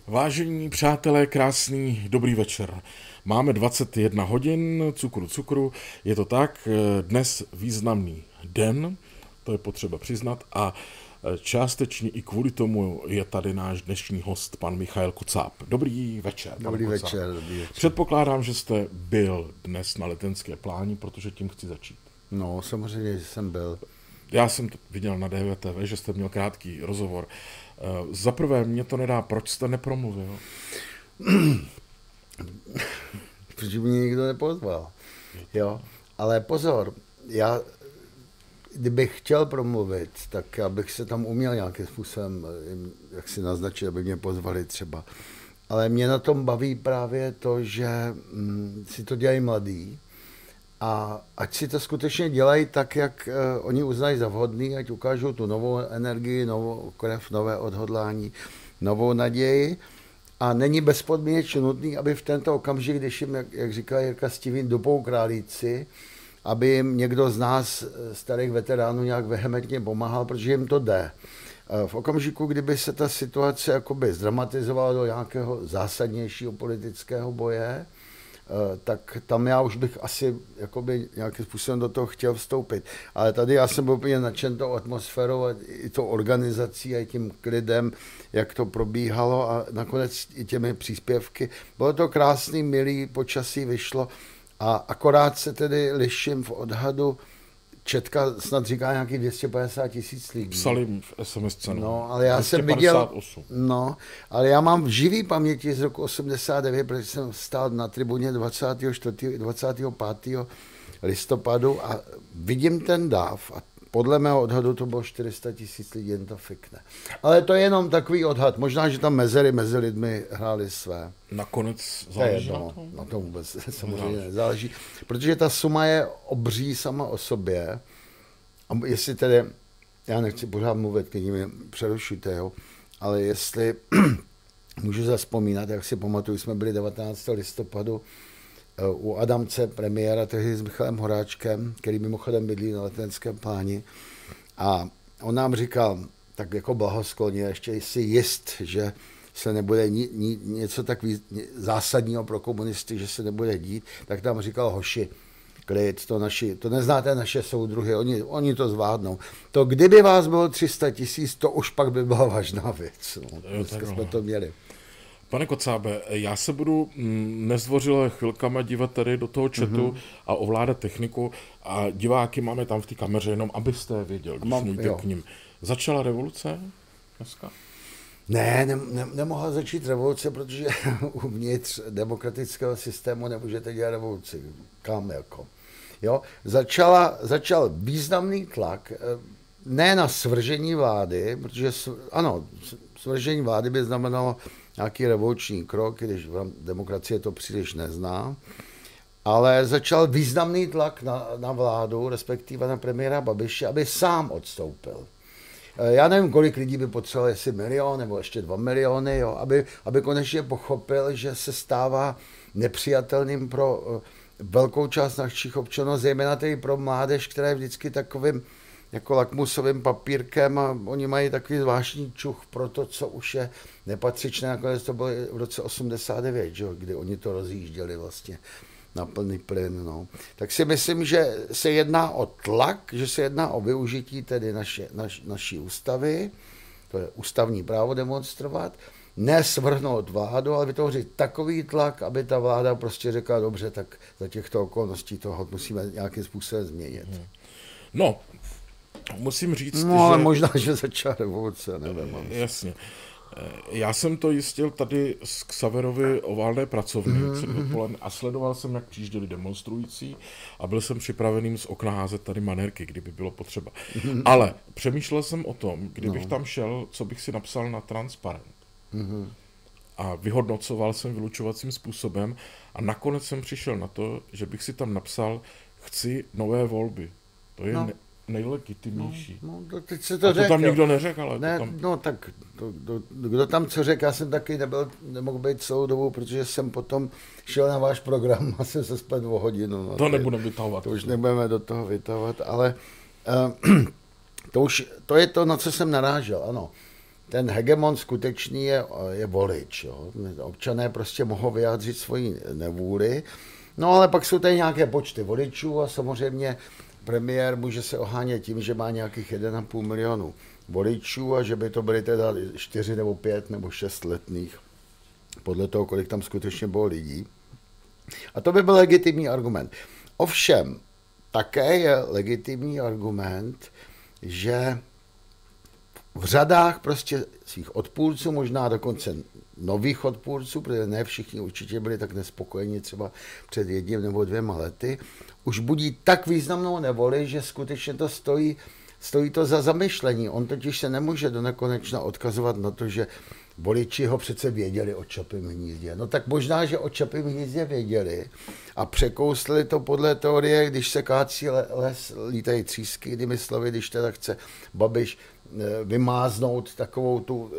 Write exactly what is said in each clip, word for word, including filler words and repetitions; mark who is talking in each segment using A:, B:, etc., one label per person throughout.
A: Vážení přátelé, krásný dobrý večer. Máme dvacet jedna hodin, cukru cukru, je to tak, dnes významný den, to je potřeba přiznat, a částečně i kvůli tomu je tady náš dnešní host, pan Michael Kocáb. Dobrý večer.
B: Dobrý večer, dobrý večer.
A: Předpokládám, že jste byl dnes na Letenské pláni, protože tím chci začít.
B: No, samozřejmě, že jsem byl.
A: Já jsem to viděl na D V T V, že jste měl krátký rozhovor. Za prvé, mě to nedá, proč jste nepromluvil?
B: Protože mě nikdo nepozval. Jo, ale pozor, já, kdybych chtěl promluvit, tak abych se tam uměl nějakým způsobem, jak si naznačit, aby mě pozvali třeba. Ale mě na tom baví právě to, že hm, si to dělají mladí, a ať si to skutečně dělají tak, jak uh, oni uznají za vhodný, ať ukážou tu novou energii, novou krev, nové odhodlání, novou naději. A není bezpodmínečně nutný, aby v tento okamžik, když jim, jak, jak říká Jirka Stivín, dupou králíci, aby jim někdo z nás, starých veteránů, nějak vehementně pomáhal, protože jim to jde. V okamžiku, kdyby se ta situace jakoby zdramatizovala do nějakého zásadnějšího politického boje, tak tam já už bych asi jakoby nějakým způsobem do toho chtěl vstoupit. Ale tady já jsem byl úplně nadšen tou atmosférou a i tou organizací a i tím klidem, jak to probíhalo a nakonec i těmi příspěvky. Bylo to krásný, milý, počasí vyšlo a akorát se tedy liším v odhadu. Četka snad říká nějaký dvě stě padesát tisíc lidí.
A: Psali v es em es cenu.
B: No, ale já jsem viděl, no, ale já mám v živý paměti z roku osmdesát devět, protože jsem stál na tribuně dvacátého čtvrtého dvacátého pátého listopadu a vidím ten dáv a podle mého odhadu to bylo čtyři sta tisíc lidí, jen to fikne. Ale to je jenom takový odhad. Možná, že tam mezery mezi lidmi hrály své.
A: Nakonec záleží
B: no,
A: na tom?
B: Na tom vůbec samozřejmě nezáleží. Protože ta suma je obří sama o sobě. A jestli tedy, já nechci pořád mluvit, když mě přerušujte, jo, ale jestli můžu zavzpomínat, jak si pamatuju, jsme byli devatenáctého listopadu u Adamce, premiéra tehdy s Michalem Horáčkem, který mimochodem bydlí na Letenském pláni. A on nám říkal, tak jako blahoskloně, ještě si jist, že se nebude ni, ni, něco tak vý, zásadního pro komunisty, že se nebude dít, tak tam říkal hoši, klid, to, naši, to neznáte naše soudruhy, oni, oni to zvládnou. To kdyby vás bylo tři sta tisíc, to už pak by byla vážná věc. No, dneska jsme to měli.
A: Pane Kocábe, já se budu nezdvořile chvilkama dívat tady do toho chatu mm-hmm. a ovládat techniku a diváky máme tam v té kameře, jenom abyste věděl, když mluvíte k ním. Začala revoluce dneska?
B: Ne, ne, ne, nemohla začít revoluce, protože uvnitř demokratického systému nemůžete dělat revoluci. Kam jako? Jo? Začala, začal významný tlak, ne na svržení vlády, protože ano, svržení vlády by znamenalo nějaký revoluční krok, když demokracie to příliš nezná, ale začal významný tlak na, na vládu, respektive na premiéra Babiše, aby sám odstoupil. Já nevím, kolik lidí by potřeboval, jestli milion nebo ještě dva miliony, jo, aby, aby konečně pochopil, že se stává nepřijatelným pro velkou část našich občanů, zejména tedy pro mládež, která je vždycky takovým jako lakmusovým papírkem a oni mají takový zvláštní čuch pro to, co už je nepatřičné. Nakonec to bylo v roce osmdesát devět, že, kdy oni to rozjížděli vlastně na plný plyn. No. Tak si myslím, že se jedná o tlak, že se jedná o využití tedy naše, naš, naší ústavy, to je ústavní právo demonstrovat, ne svrhnout vládu, ale vytvořit takový tlak, aby ta vláda prostě řekla, dobře, tak za těchto okolností toho musíme nějakým způsobem změnit.
A: No, musím říct,
B: no, ale
A: že...
B: možná, že začala revoluce, nevím.
A: Jasně. Já jsem to jistil tady z Xaverovy oválné pracovny mm-hmm. a sledoval jsem, jak přijížděli demonstrující a byl jsem připraveným z okna házet tady manérky, kdyby bylo potřeba. Mm-hmm. Ale přemýšlel jsem o tom, kdybych no. tam šel, co bych si napsal na transparent. Mm-hmm. A vyhodnocoval jsem vylučovacím způsobem a nakonec jsem přišel na to, že bych si tam napsal, chci nové volby. To je... No. Ne- nejlegitimnější.
B: No, no, teď se to,
A: a to
B: řek,
A: tam
B: jo.
A: nikdo neřekl, ale
B: ne,
A: to tam...
B: No tak, to, to, kdo tam co řekl, já jsem taky nebyl, nemohl být celou dobu, protože jsem potom šel na váš program a jsem se splet o hodinu. No,
A: to nebudeme vytahovat.
B: To už nebudeme do toho vytahovat, ale uh, to už, to je to, na co jsem narážel, ano. ten hegemon skutečný je, je volič. Jo. Občané prostě mohou vyjádřit svoji nevůli, no ale pak jsou tady nějaké počty voličů a samozřejmě premiér může se ohánět tím, že má nějakých jeden a půl milionu voličů a že by to byly teda čtyři nebo pět nebo šest letných, podle toho, kolik tam skutečně bylo lidí. A to by byl legitimní argument. Ovšem, také je legitimní argument, že v řadách prostě svých odpůrců, možná dokonce nových odpůrců, protože ne všichni určitě byli tak nespokojeni třeba před jedním nebo dvěma lety, už budí tak významnou nevoli, že skutečně to stojí, stojí to za zamyšlení. On totiž se nemůže do nekonečna odkazovat na to, že voliči ho přece věděli o Čapím hnízdě. No tak možná, že o Čapím hnízdě věděli a překousli to podle teorie, když se kácí les, lítají třísky, jinými slovy, když teda chce Babiš vymáznout takovou tu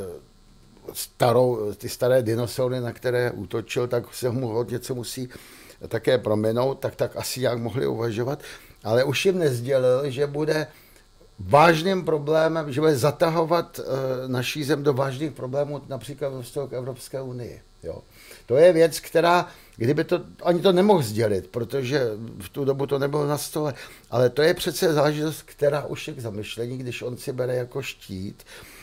B: starou, ty staré dinosaury, na které útočil, tak se mu hodně něco musí také prominout, tak tak asi jak mohli uvažovat, ale už jim nezdělil, že bude vážným problémem, že bude zatahovat naší zem do vážných problémů, například ve vztahu k Evropské unii. Jo. To je věc, která, kdyby to, ani to nemohl sdělit, protože v tu dobu to nebylo na stole, ale to je přece záležitost, která už je k zamyšlení, když on si bere jako štít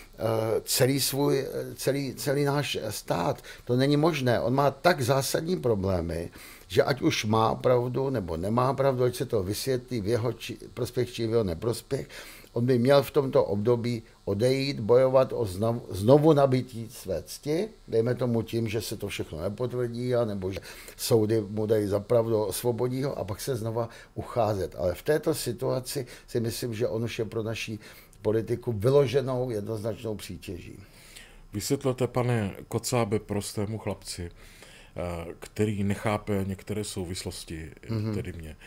B: celý svůj, celý, celý náš stát. To není možné. On má tak zásadní problémy, že ať už má pravdu nebo nemá pravdu, ať se to vysvětlí v jeho či, prospěch či v jeho neprospěch, on by měl v tomto období odejít, bojovat o znovu, znovu nabití své cti, dejme tomu tím, že se to všechno nepotvrdí, nebo že soudy mu dají za pravdu, osvobodí ho a pak se znova ucházet. Ale v této situaci si myslím, že on už je pro naší politiku vyloženou jednoznačnou přítěží.
A: Vysvětlete, pane Kocábe, prostému chlapci, který nechápe některé souvislosti, mm-hmm. tedy mě.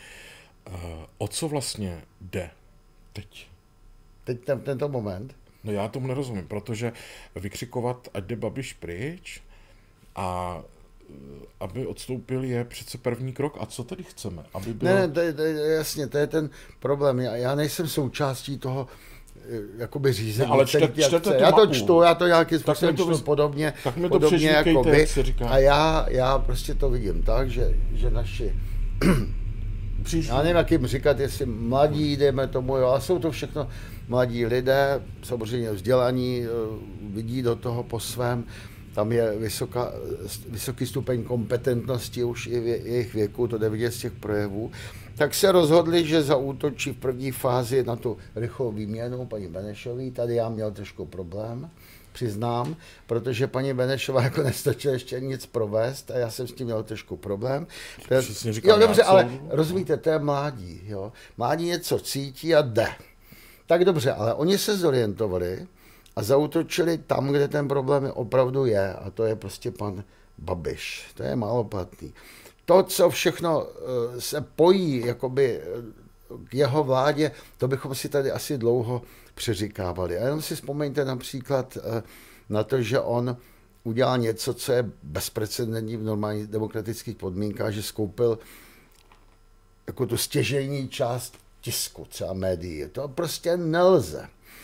A: O co vlastně jde teď?
B: Teď ten, tento moment?
A: No já tomu nerozumím, protože vykřikovat, ať jde Babiš pryč a aby odstoupil, je přece první krok. A co tedy chceme? Aby bylo...
B: Ne, ne, to je, to je, jasně, to je ten problém. Já, já nejsem součástí toho jakoby řízení.
A: Ne, ale čte, čtete
B: já to čtu, já to nějakým způsobem čtu vys... podobně,
A: tak mi to
B: podobně jako vy.
A: říká.
B: A já, já prostě to vidím tak, že, že naši, Příště. já nevím, jak jim říkat, jestli mladí, dejme tomu, jo, ale jsou to všechno mladí lidé, samozřejmě vzdělaní, vidí do toho po svém, tam je vysoká, vysoký stupeň kompetentnosti už i v jejich věku, to jde vidět z těch projevů, tak se rozhodli, že zaútočí v první fázi na tu rychlou výměnu paní Benešové. Tady já měl trošku problém, přiznám, protože paní Benešová jako nestačila ještě nic provést a já jsem s tím měl trošku problém.
A: Přesně říkám,
B: jo, dobře, ale rozumíte, to je mládí. Jo? Mládí něco cítí a jde. Tak dobře, ale oni se zorientovali a zaútočili tam, kde ten problém opravdu je, a to je prostě pan Babiš. To je málo platný. To, co všechno se pojí jakoby k jeho vládě, to bychom si tady asi dlouho přeříkávali. A jenom si vzpomeňte například na to, že on udělal něco, co je bezprecedentní v normálních demokratických podmínkách, že skoupil jako tu stěžejní část tisku, třeba médií. To prostě nelze.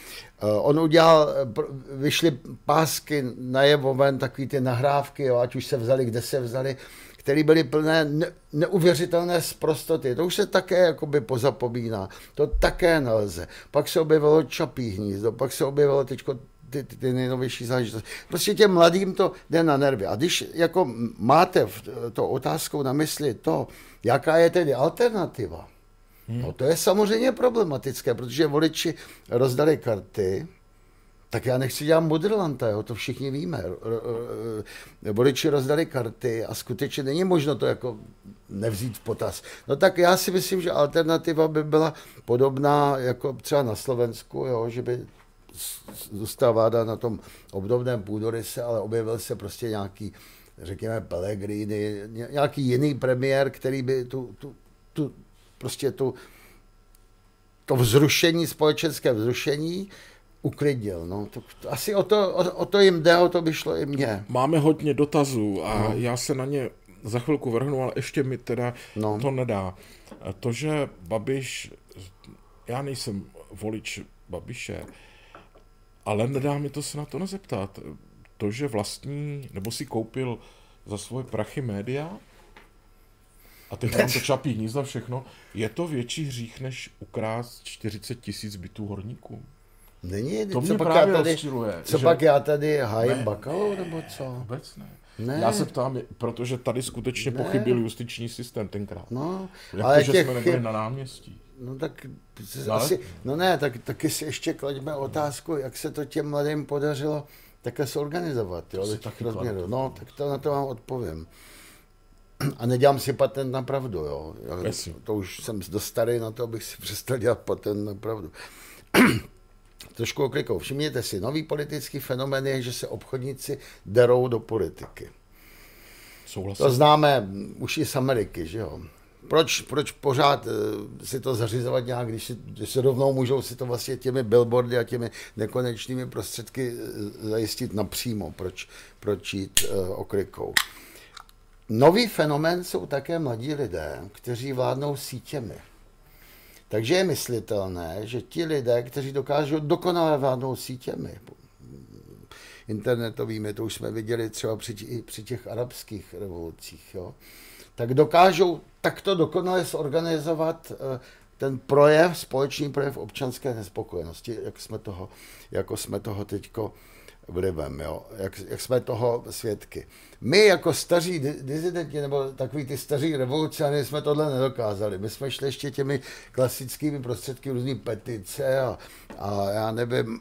B: On udělal, vyšly pásky najevo ven, takový ty nahrávky, jo, ať už se vzali, kde se vzali, které byly plné ne, neuvěřitelné sprostoty. To už se také jakoby pozapomíná. To také nelze. Pak se objevilo Čapí hnízdo, pak se objevilo teďko ty, ty, ty nejnovější záležitosti. Prostě těm mladým to jde na nervy. A když jako máte to otázkou na mysli to, jaká je tedy alternativa, hmm. no to je samozřejmě problematické, protože voliči rozdali karty. Tak já nechci dělat Mudrlanta, jo, to všichni víme. Voliči rozdali karty a skutečně není možno to jako nevzít v potaz. No tak já si myslím, že alternativa by byla podobná jako třeba na Slovensku, jo, že by zůstala vláda na tom obdobném půdoryse, ale objevil se prostě nějaký, řekněme, Pellegrini, nějaký jiný premiér, který by tu, tu, tu prostě tu, to vzrušení, společenské vzrušení uklidnil. No. To, to, asi o to, o, o to jim jde, o to by šlo i mně.
A: Máme hodně dotazů a no. já se na ně za chvilku vrhnu, ale ještě mi teda no. to nedá. To, že Babiš, já nejsem volič Babiše, Ale nedá mi to se na to nezeptat. To, že vlastní, nebo si koupil za svoje prachy média, a teď nám to Čapí hnízda všechno, je to větší hřích, než ukrást čtyřicet tisíc bytů horníků?
B: Není,
A: to
B: co
A: mě
B: pak
A: právě
B: já tady,
A: rozčiluje.
B: Co
A: že...
B: pak já tady hájím Bakalu, nebo co?
A: Vůbec ne.
B: Ne.
A: Já se ptám, protože tady skutečně ne. pochybil justiční systém tenkrát.
B: No,
A: jak
B: ale
A: to, že
B: těch...
A: jsme nebyli na náměstí.
B: No tak
A: no,
B: asi, no ne, tak taky si ještě klaďme otázku, jak se to těm mladým podařilo takhle zorganizovat, jo, do těch rozměrů. No, tak to na to vám odpovím. A nedělám si patent na pravdu, jo. Já, to už jsem dost starý na to, abych si přestal dělat patent na pravdu. Trošku oklikou. Všimněte si, nový politický fenomén je, že se obchodníci derou do politiky.
A: Souhlasím.
B: To známe už i z Ameriky, že jo. Proč, proč pořád si to zařizovat nějak, když, si, když se rovnou můžou si to vlastně těmi billboardy a těmi nekonečnými prostředky zajistit napřímo, proč, proč jít uh, oklikou. Nový fenomén jsou také mladí lidé, kteří vládnou sítěmi. Takže je myslitelné, že ti lidé, kteří dokážou dokonale vládnout sítěmi, internetovými, to už jsme viděli třeba při, i při těch arabských revolucích, jo, tak dokážou takto dokonale zorganizovat ten projev, společný projev občanské nespokojenosti, jak jsme toho, jako jsme toho teďko vlivem, jo, jak, jak jsme toho svědky. My jako staří dizidenti, nebo takový ty staří revolucionáři jsme tohle nedokázali. My jsme šli ještě těmi klasickými prostředky, různý petice a, a já nevím,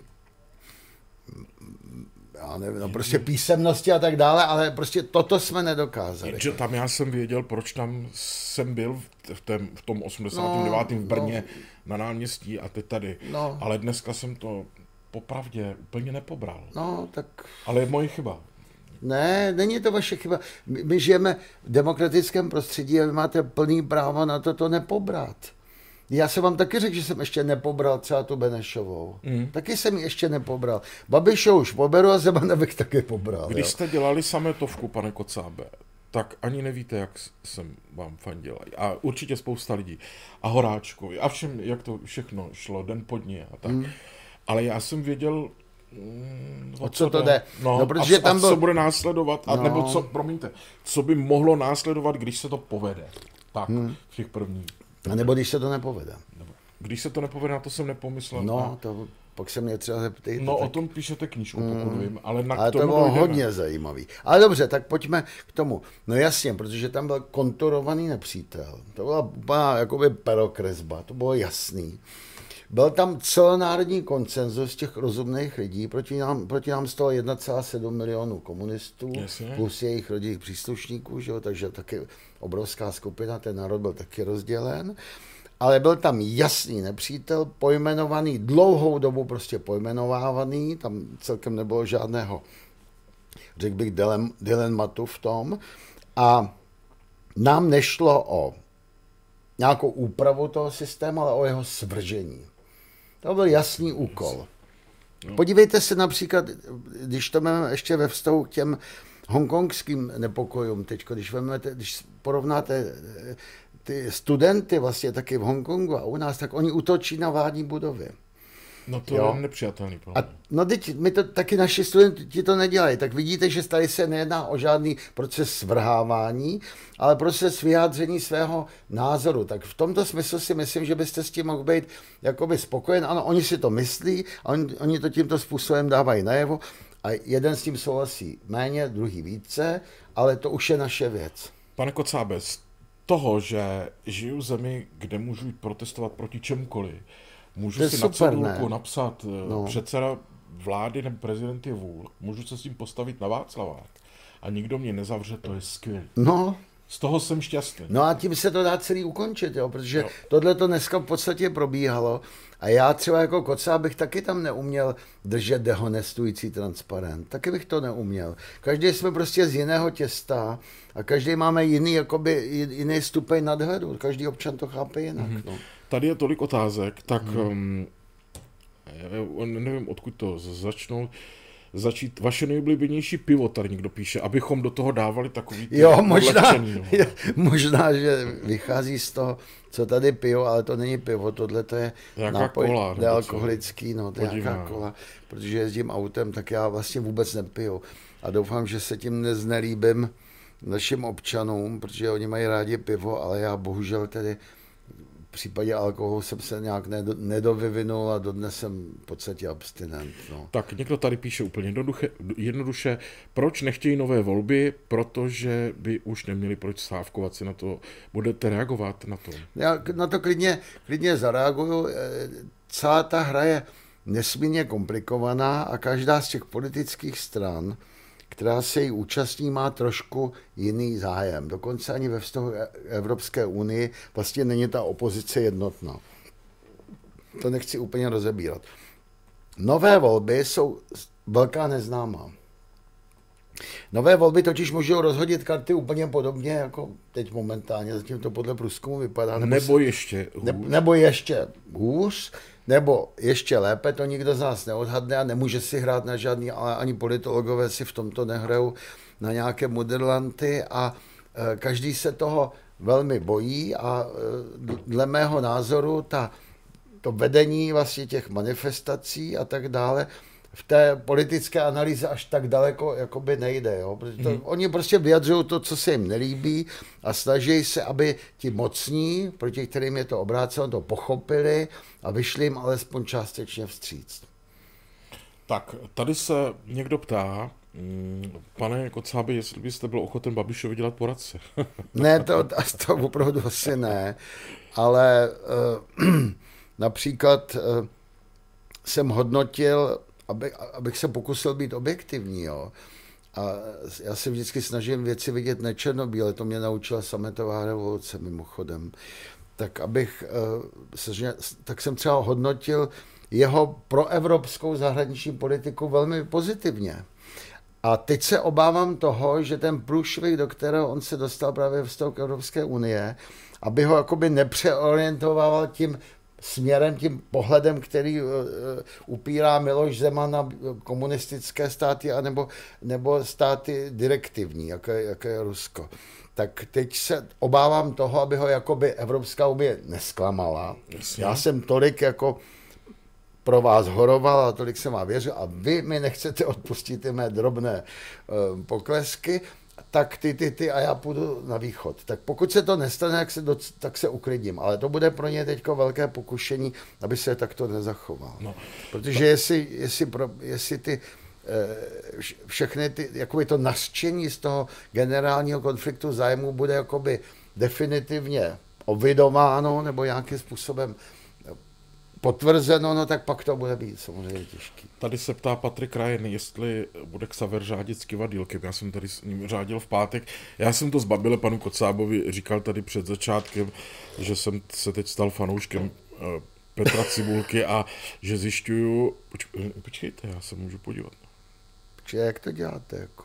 B: já nevím, no prostě písemnosti a tak dále, ale prostě toto jsme nedokázali.
A: Že tam já jsem věděl, proč tam jsem byl v, tém, v tom osmdesátém devátém No, v Brně no, na náměstí a teď tady. No. Ale dneska jsem to popravdě úplně nepobral.
B: No, tak...
A: Ale je moje chyba.
B: Ne, není to vaše chyba. My, my žijeme v demokratickém prostředí a vy máte plný právo na to to nepobrat. Já jsem vám taky řekl, že jsem ještě nepobral třeba tu Benešovou. Mm. Taky jsem ji ještě nepobral. Babišou už poberu a Zemana bych taky pobral.
A: Když
B: jo.
A: jste dělali sametovku, pane Kocábe, tak ani nevíte, jak jsem vám fandil. A určitě spousta lidí. A Horáčkovi. A všem, jak to všechno šlo, den po dní a tak. Mm. Ale já jsem věděl, mm,
B: o co, co to jde.
A: No,
B: no, protože
A: a,
B: tam
A: a
B: byl...
A: co bude následovat, a
B: no.
A: nebo co, promiňte, co by mohlo následovat, když se to povede. Tak, hmm. v těch prvních.
B: A nebo když se to nepovede.
A: Nebo, když se to nepovede, na to jsem nepomyslel.
B: No,
A: a...
B: to pak se mě třeba zeptejte.
A: No,
B: tak...
A: o tom píšete knížku, pokud vím, ale na
B: ale
A: k tomu
B: to bylo
A: dojdeme.
B: hodně zajímavý. Ale dobře, tak pojďme k tomu. No jasně, protože tam byl konturovaný nepřítel. To byla úplná jakoby perokresba, to bylo jasný. Byl tam celonárodní konsenzus těch rozumných lidí, proti nám, proti nám stalo jedna celá sedm milionů komunistů,
A: Jasně.
B: plus jejich rodinných příslušníků, že jo, takže taky obrovská skupina, ten národ byl taky rozdělen. Ale byl tam jasný nepřítel, pojmenovaný, dlouhou dobu prostě pojmenovávaný, tam celkem nebylo žádného, řekl bych, dilematu v tom. A nám nešlo o nějakou úpravu toho systému, ale o jeho svržení. To byl jasný úkol. Podívejte se například, když to máme ještě ve vztahu k těm hongkongským nepokojům, teď, když, vezmete, když porovnáte ty studenty vlastně taky v Hongkongu a u nás, tak oni útočí na vládní budovy.
A: No to jo. je nepřijatelný problém.
B: A no teď, my to taky naši studenti to nedělají, tak vidíte, že tady se nejedná o žádný proces svrhávání, ale proces vyjádření svého názoru. Tak v tomto smyslu si myslím, že byste s tím mohl být jakoby spokojen. Ano, oni si to myslí, a oni, oni to tímto způsobem dávají najevo a jeden s tím souhlasí méně, druhý více, ale to už je naše věc.
A: Pane Kocábe, z toho, že žiju v zemi, kde můžu protestovat proti čemukoliv, můžu si na cedulku napsat no. předseda vlády nebo prezident je vůl, můžu se s tím postavit na Václavák a nikdo mě nezavře, to je skvělé.
B: No.
A: Z toho jsem šťastný.
B: No a tím se to dá celý ukončit, jo, protože no. tohle to dneska v podstatě probíhalo a já třeba jako Kocáb bych taky tam neuměl držet dehonestující transparent. Taky bych to neuměl. Každý jsme prostě z jiného těsta a každý máme jiný, jakoby, jiný stupeň nadhledu. Každý občan to chápe jinak. Mm-hmm. No.
A: Tady je tolik otázek, tak mm. um, nevím, odkud to začnout. začít vaše nejoblíbenější pivo, tady někdo píše, abychom do toho dávali takový...
B: Jo, možná, jo, možná, že vychází z toho, co tady pijou, ale to není pivo, tohle to je
A: Jaká
B: nápoj
A: kola,
B: nealkoholický, no, to je
A: Podivná.
B: jaká kola, protože jezdím autem, tak já vlastně vůbec nepiju. A doufám, že se tím neznelíbím našim občanům, protože oni mají rádi pivo, ale já bohužel tedy v případě alkoholu jsem se nějak nedo, nedovyvinul a dodnes jsem v podstatě abstinent. No.
A: Tak někdo tady píše úplně jednoduše, jednoduše, proč nechtějí nové volby, protože by už neměli proč stávkovat, si na to budete reagovat na to?
B: Já na to klidně, klidně zareaguju. Celá ta hra je nesmírně komplikovaná a každá z těch politických stran, která se jí účastní, má trošku jiný zájem. Dokonce ani ve vztahu Evropské unii vlastně není ta opozice jednotná. To nechci úplně rozebírat. Nové volby jsou velká neznámá. Nové volby totiž můžou rozhodit karty úplně podobně, jako teď momentálně, zatím to podle průzkumu vypadá.
A: Nebo, nebo ještě hůř.
B: Ne, nebo ještě hůř, nebo ještě lépe, to nikdo z nás neodhadne a nemůže si hrát na žádný, ale ani politologové si v tomto nehrajou na nějaké moderlanty a e, každý se toho velmi bojí a e, dle mého názoru ta, to vedení vlastně těch manifestací a tak dále v té politické analýze až tak daleko jakoby nejde, jo? Protože to, mm. oni prostě vyjadřují to, co se jim nelíbí a snaží se, aby ti mocní, proti kterým je to obráceno, to pochopili a vyšli jim alespoň částečně vstříc.
A: Tak, tady se někdo ptá, pane Kocáby, jestli byste byl ochoten Babišovi dělat poradce.
B: Ne, to, to opravdu asi ne, ale uh, například uh, jsem hodnotil, aby, abych se pokusil být objektivní, jo. A já se vždycky snažím věci vidět nečernobíle, to mě naučila sametová revoluce mimochodem. Tak abych, tak jsem třeba hodnotil jeho proevropskou zahraniční politiku velmi pozitivně. A teď se obávám toho, že ten průšvih, do kterého on se dostal právě vztahu k Evropské unie, aby ho jakoby nepřeorientoval tím směrem, tím pohledem, který uh, upírá Miloš Zeman na komunistické státy anebo, nebo státy direktivní, jaké, jaké je Rusko. Tak teď se obávám toho, aby ho jakoby Evropská unie nesklamala. Jasně. Já jsem tolik jako pro vás horoval a tolik jsem vám věřil a vy mi nechcete odpustit ty mé drobné uh, poklesky, tak ty, ty, ty a já půjdu na východ. Tak pokud se to nestane, tak se, doc, tak se uklidím. Ale to bude pro ně teďko velké pokušení, aby se takto nezachoval. No. Protože to... jestli, jestli, pro, jestli ty všechny ty, jakoby to nařčení z toho generálního konfliktu zájmu bude jakoby definitivně ovidováno nebo nějakým způsobem potvrzeno, no tak pak to bude být samozřejmě těžký.
A: Tady se ptá Patrik Rajen, jestli bude Xaver řádit s kivadýlkem. Já jsem tady s ním řádil v pátek. Já jsem to zbabile panu Kocábovi říkal tady před začátkem, že jsem se teď stal fanouškem Petra Cibulky a že zjišťuju... Poč, počkejte, já se můžu podívat.
B: Počkej, jak to děláte? Jako?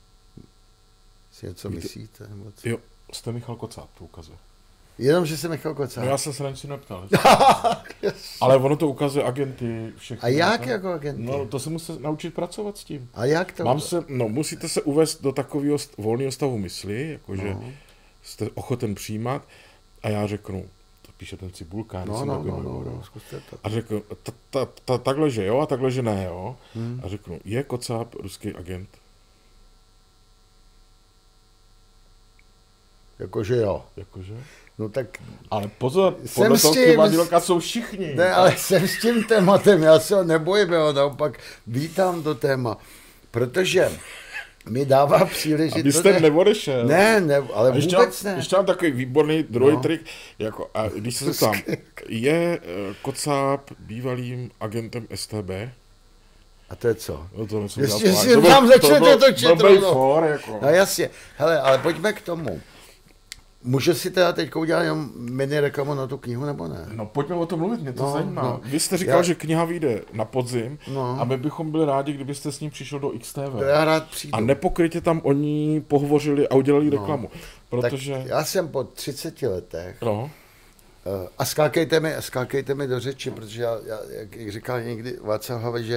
B: Si něco Víte, myslíte? Nebo co?
A: Jo, jste Michal Kocáb, to ukazuje.
B: Jenom, že jsem Michal Kocáb.
A: No já jsem se na něco neptal. Ale ono to ukazuje agenty všechny.
B: A jak ne? Jako agenty?
A: No to se musíte naučit pracovat s tím.
B: A jak to?
A: Mám se, no musíte se uvést do takového volného stavu mysli, jakože no. jste ochoten přijímat a já řeknu, to píše ten Cibulka,
B: no, no, no, no, no,
A: to. A řeknu, ta, ta, ta, takhle, že jo, a takhle, že ne, jo. Hmm. A řeknu, je Kocáb ruský agent?
B: Jakože jo.
A: Jakože?
B: No tak...
A: Ale pozor, podle toho kivadýlka jsou všichni.
B: Ne, ale jsem s tím tématem, já se ho nebojím, jo, naopak vítám to téma, protože mi dává příležitost...
A: Abyste ne... neodešel.
B: Ne, ne, ale a ještě vůbec
A: mám,
B: ne.
A: Ještě mám takový výborný druhý no. trik, jako, a když se tam, je Kocáb bývalým agentem S T B?
B: A to je co?
A: No to
B: Jestli si tam začnete točit
A: rovnou. Jako.
B: No jasně, hele, ale pojďme k tomu. Můžu si teda teď udělat jenom mini reklamu na tu knihu, nebo ne?
A: No pojďme o tom mluvit, mě to no, zajímá. No. Vy jste říkal,
B: já...
A: že kniha vyjde na podzim no. a my bychom byli rádi, kdybyste s ním přišel do X T V.
B: Já rád přijdu.
A: A nepokrytě tam oni pohovořili a udělali no. reklamu. Protože...
B: Tak já jsem po třiceti letech
A: no.
B: a skákejte mi, skákejte mi do řeči, protože já, já jak říkal někdy Václav Havel, že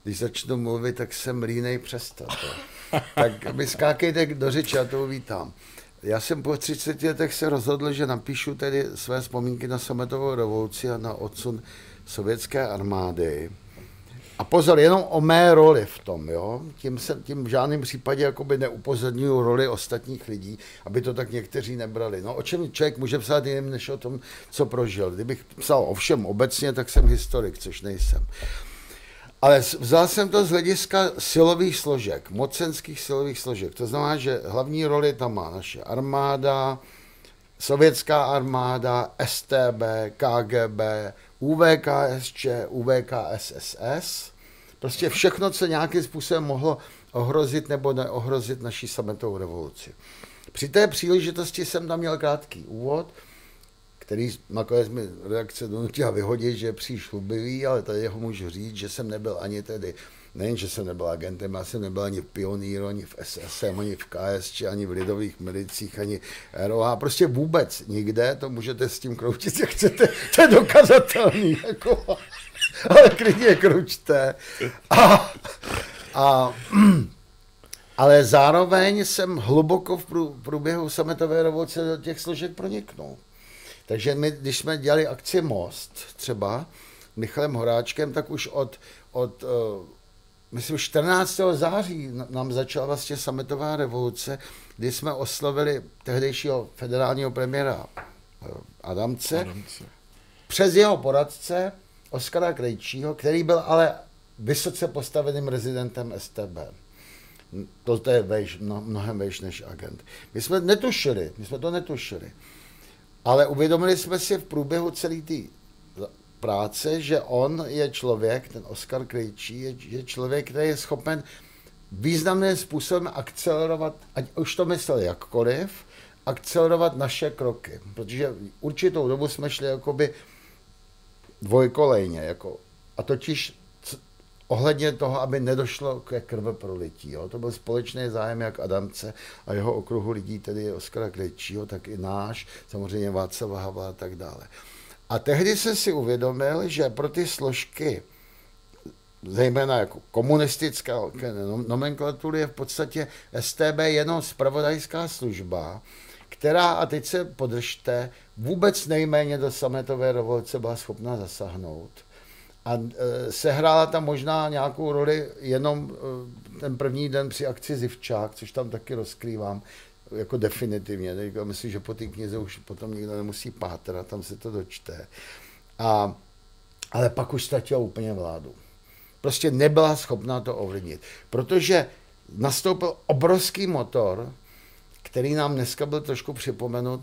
B: když začnu mluvit, tak jsem línej přestat. Tak mi skákejte do řeči, já to uvítám. Já jsem po třiceti letech se rozhodl, že napíšu tedy své vzpomínky na sametovou revoluci a na odsun sovětské armády. A pozor, jenom o mé roli v tom, jo. Tím jsem tím v žádném případě jakoby neupozorňuju roli ostatních lidí, aby to tak někteří nebrali. No o čem člověk může psát jiným, než o tom, co prožil. Kdybych psal o všem obecně, tak jsem historik, což nejsem. Ale vzal jsem to z hlediska silových složek, mocenských silových složek. To znamená, že hlavní roli tam má naše armáda, sovětská armáda, S T B, K G B, U V K S Č, U V K S S S. Prostě všechno, co nějakým způsobem mohlo ohrozit nebo neohrozit naši sametovou revoluci. Při té příležitosti jsem tam měl krátký úvod, který nakonec mi redakce donutila vyhodit, že je příliš chlubivý, ale tady ho můžu říct, že jsem nebyl ani tedy, nejen, že jsem nebyl agentem, já jsem nebyl ani v Pioníru, ani v S S M, ani v K S Č, ani v lidových milicích, ani R O H, prostě vůbec nikde, to můžete s tím kroutit, jak chcete, to je dokazatelný, jako, ale klidně kručte. A, a, ale zároveň jsem hluboko v průběhu sametové revoluce do těch složek proniknul. Takže my, když jsme dělali akci Most třeba Michalem Horáčkem, tak už od, od uh, myslím, čtrnáctého září nám začala vlastně sametová revoluce, kdy jsme oslovili tehdejšího federálního premiéra uh, Adamce, Adamce přes jeho poradce Oskara Krejčího, který byl ale vysoce postaveným rezidentem S T B. To, to je vejš, no, mnohem vejš než agent. My jsme netušili, my jsme to netušili. Ale uvědomili jsme si v průběhu celé té práce, že on je člověk, ten Oskar Krejčí, je, je člověk, který je schopen významným způsobem akcelerovat, ať už to myslel jakkoliv, akcelerovat naše kroky. Protože určitou dobu jsme šli jakoby dvojkolejně, jako, a totiž ohledně toho, aby nedošlo ke krveprolití. Jo. To byl společný zájem jak Adamce a jeho okruhu lidí, tedy Oskara Krejčího, tak i náš, samozřejmě Václava Havla a tak dále. A tehdy jsem si uvědomil, že pro ty složky, zejména jako komunistická nomenklatury, je v podstatě S T B jenom zpravodajská služba, která, a teď se podržte, vůbec nejméně do sametové revoluce byla schopna zasáhnout. A sehrála tam možná nějakou roli jenom ten první den při akci Zivčák, což tam taky rozkrývám jako definitivně. Myslím, že po té knize už potom nikdo nemusí pátrat, tam se to dočte. A, ale pak už ztratila úplně vládu. Prostě nebyla schopná to ovlivnit. Protože nastoupil obrovský motor, který nám dneska byl trošku připomenut,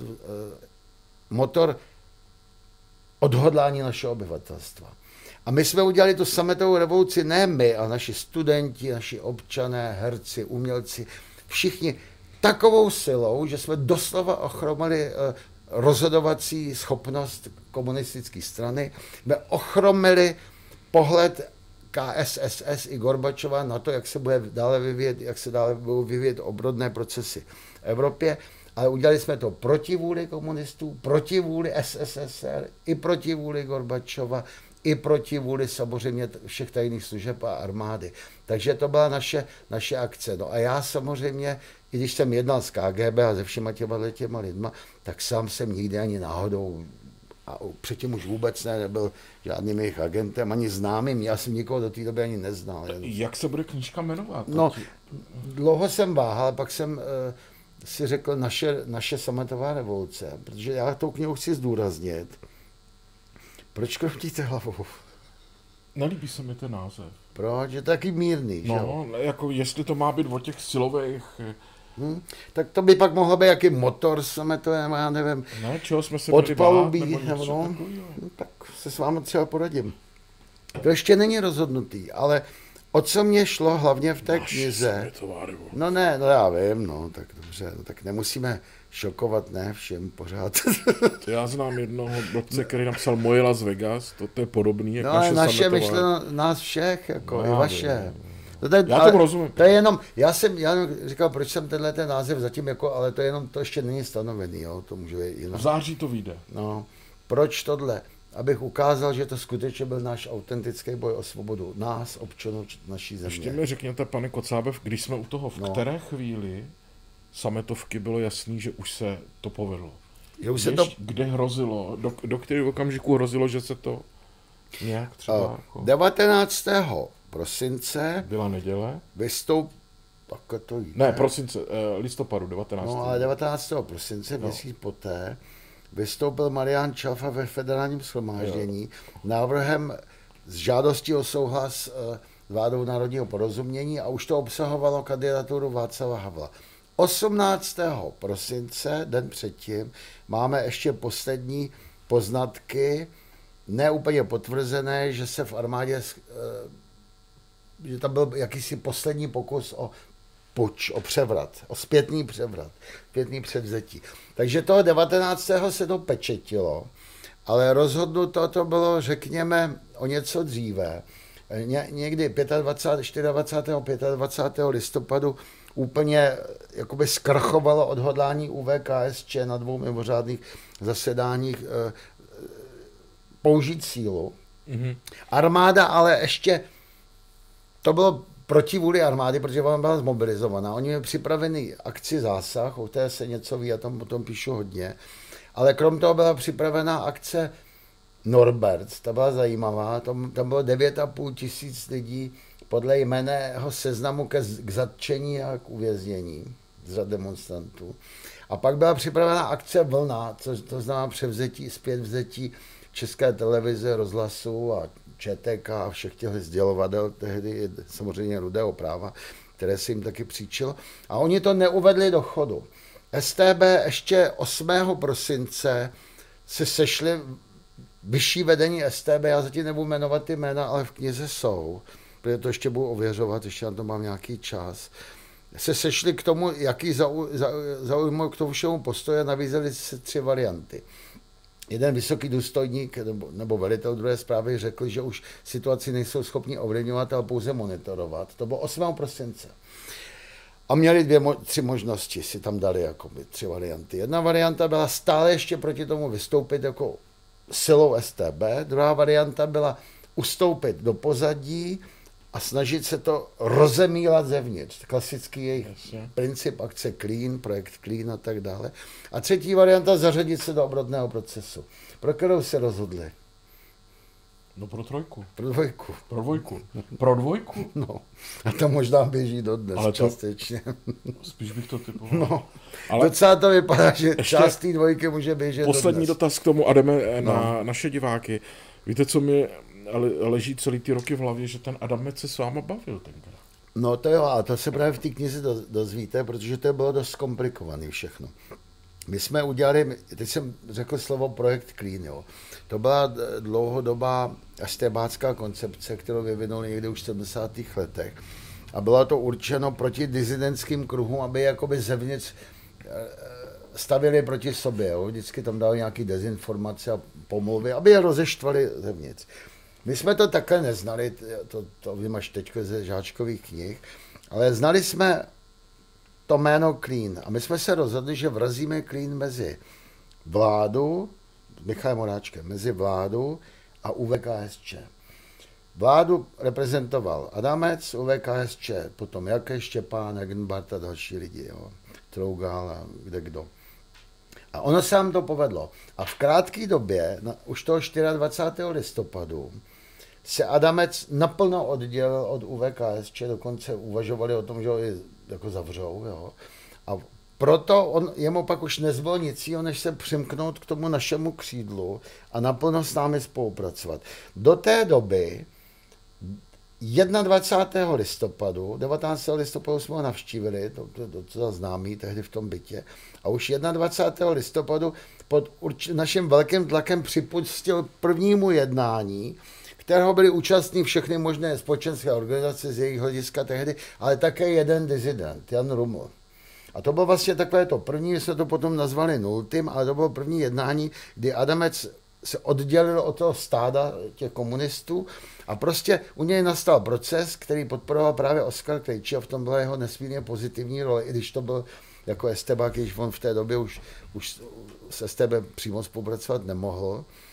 B: motor odhodlání našeho obyvatelstva. A my jsme udělali tu sametovou revoluci, ne my, ale naši studenti, naši občané, herci, umělci, všichni takovou silou, že jsme doslova ochromili rozhodovací schopnost komunistické strany, jsme ochromili pohled K S S S i Gorbačova na to, jak se bude dále vyvíjet, jak se dále budou vyvíjet obrodné procesy v Evropě, ale udělali jsme to proti vůli komunistů, proti vůli S S S R, i proti vůli Gorbačova, i proti vůli samozřejmě všech tajných služeb a armády. Takže to byla naše, naše akce. No a já samozřejmě, i když jsem jednal s K G B a se všema těma těma lidma, tak sám jsem nikdy ani náhodou, a předtím už vůbec ne, nebyl žádným jejich agentem, ani známým, já jsem nikoho do té doby ani neznal. Jen...
A: Jak se bude knížka jmenovat?
B: No, dlouho jsem váhal, pak jsem uh, si řekl naše, naše sametová revoluce, protože já tou knihu chci zdůraznit. Proč kroutíte hlavou?
A: Nelíbí se mi ten název.
B: Proč? Je taky mírný, že
A: No, jako jestli to má být o těch silových...
B: Hmm, tak to by pak mohlo být jaký motor sametové, já nevím.
A: Ne, čeho jsme se
B: podpalubí, nebo no, no, tak se s vámi třeba poradím. To ještě není rozhodnutý, ale o co mě šlo hlavně v té Naši knize... No ne, no já vím, no, tak dobře, no, tak nemusíme šokovat, ne, všem pořád.
A: Já znám jednoho blbce, který napsal Moje Las Vegas, to, to je podobný, jak
B: no,
A: naše
B: naše
A: sametová.
B: myšleno nás všech, jako
A: no,
B: i vaše.
A: Vím.
B: To je,
A: já tomu rozumím.
B: To je jenom, já jsem já říkal, proč jsem tenhle ten název zatím, jako, ale to je jenom, to ještě není stanovený, jo, to může být jinak.
A: V září to vyjde.
B: No, proč tohle? abych ukázal, že to skutečně byl náš autentický boj o svobodu. Nás, občanů naší země.
A: Ještě mi řekněte, pane Kocábev, když jsme u toho, v no. které chvíli sametovky bylo jasný, že už se to povedlo?
B: Že se to...
A: Kde hrozilo? Do, do kterého okamžiku hrozilo, že se to nějak třeba... Uh, jako...
B: devatenáctého prosince...
A: Byla neděle?
B: Vystoup... Tak to jde.
A: Ne, prosince, eh, listopadu devatenáctého
B: No ale devatenáctého prosince, no. Měsíc poté, vystoupil Marián Čalfa ve federálním shromáždění návrhem s žádostí o souhlas s vládou národního porozumění a už to obsahovalo kandidaturu Václava Havla. osmnáctého prosince, den předtím, máme ještě poslední poznatky, neúplně potvrzené, že se v armádě, že tam byl jakýsi poslední pokus o puč, o převrat, o zpětný převrat, zpětný předvzetí. Takže toho devatenáctého se to pečetilo, ale rozhodnuto to bylo, řekněme, o něco dříve. Ně, někdy dvacátého pátého, dvacátého pátého listopadu úplně jakoby zkrachovalo odhodlání U V K S Č na dvou mimořádných zasedáních eh, použít sílu. Mm-hmm. Armáda ale ještě, to bylo proti vůli armády, protože ona byla zmobilizovaná. Oni měli připravený akci zásah, o té se něco ví, já tam potom píšu hodně, ale krom toho byla připravená akce Norbert, ta byla zajímavá, tam, tam bylo devět a půl tisíc lidí podle jmenného seznamu ke, k zatčení a k uvěznění z řad demonstrantů. A pak byla připravená akce Vlna, což to znamená převzetí, zpět vzetí České televize, rozhlasu a Č T K a všech těch sdělovadel, tehdy samozřejmě Rudého práva, které se jim taky příčilo. A oni to neuvedli do chodu. S T B ještě osmého prosince se sešli vyšší vedení S T B, já zatím nebudu jmenovat ty jména, ale v knize jsou, protože to ještě budu ověřovat, ještě na to mám nějaký čas, se sešli k tomu, jaký zau, zau, zaujmou k tomu všemu postoje, nabízeli se tři varianty. Jeden vysoký důstojník nebo, nebo velitel druhé zprávy řekl, že už situaci nejsou schopni ovlivňovat, ale pouze monitorovat. To bylo osmého prosince. A měli dvě, tři možnosti, si tam dali jakoby, tři varianty. Jedna varianta byla stále ještě proti tomu vystoupit jako silou S T B, druhá varianta byla ustoupit do pozadí a snažit se to rozemílat zevnitř. Klasický jejich Jasně. princip akce Clean, projekt Clean a tak dále. A třetí varianta zařadit se do obrodného procesu. Pro kterou se rozhodli?
A: No pro trojku.
B: Pro dvojku.
A: Pro dvojku. Pro dvojku?
B: No. A to možná běží dodnes
A: ale to,
B: částečně.
A: Spíš bych to typoval.
B: No. Ale docela to vypadá, že část té dvojky může běžet
A: poslední
B: dodnes. Poslední
A: dotaz k tomu a jdeme
B: no.
A: na naše diváky. Víte, co mi leží celý ty roky v hlavě, že ten Adamec se s váma bavil tenkrát.
B: No to jo, a to se právě v té knize dozvíte, protože to bylo dost komplikované všechno. My jsme udělali, teď jsem řekl slovo projekt Clean, jo. To byla dlouhodobá estébácká koncepce, kterou vyvinuli někdy už v sedmdesátých letech. A bylo to určeno proti disidentským kruhům, aby jakoby zevnitř stavili proti sobě. Jo. Vždycky tam dali nějaké dezinformace a pomluvy, aby je rozeštvali zevnitř. My jsme to takhle neznali, to, to vím až teď ze žáčkových knih, ale znali jsme to jméno Clean. A my jsme se rozhodli, že vrazíme Clean mezi vládu, Michalem Horáčkem, mezi vládu a U V K S Č. Vládu reprezentoval Adamec, U V K S Č, potom Jakeš, Štěpán, Egenbart a další lidi, jo, Trougal a kde kdo. A ono se nám to povedlo. A v krátké době, na, už toho dvacátého čtvrtého listopadu, se Adamec naplno oddělil od U V K S Č, dokonce uvažovali o tom, že ho i jako zavřou. Jo. A proto on, jemu pak už nezbylo nic jiného, než se přimknout k tomu našemu křídlu a naplno s námi spolupracovat. Do té doby, dvacátého prvního listopadu, devatenáctého listopadu jsme ho navštívili, to je docela známý tehdy v tom bytě, a už dvacátého prvního listopadu pod naším velkým tlakem připustil prvnímu jednání, kterého byli účastní všechny možné společenské organizace z jejich hlediska tehdy, ale také jeden dizident, Jan Ruml. A to bylo vlastně takové to první, my jsme to potom nazvali nultým, ale to bylo první jednání, kdy Adamec se oddělil od toho stáda těch komunistů a prostě u něj nastal proces, který podporoval právě Oskar Krejčí a v tom byla jeho nesmírně pozitivní role, i když to byl jako estébák, když on v té době už, už s S T B přímo spolupracovat nemohl.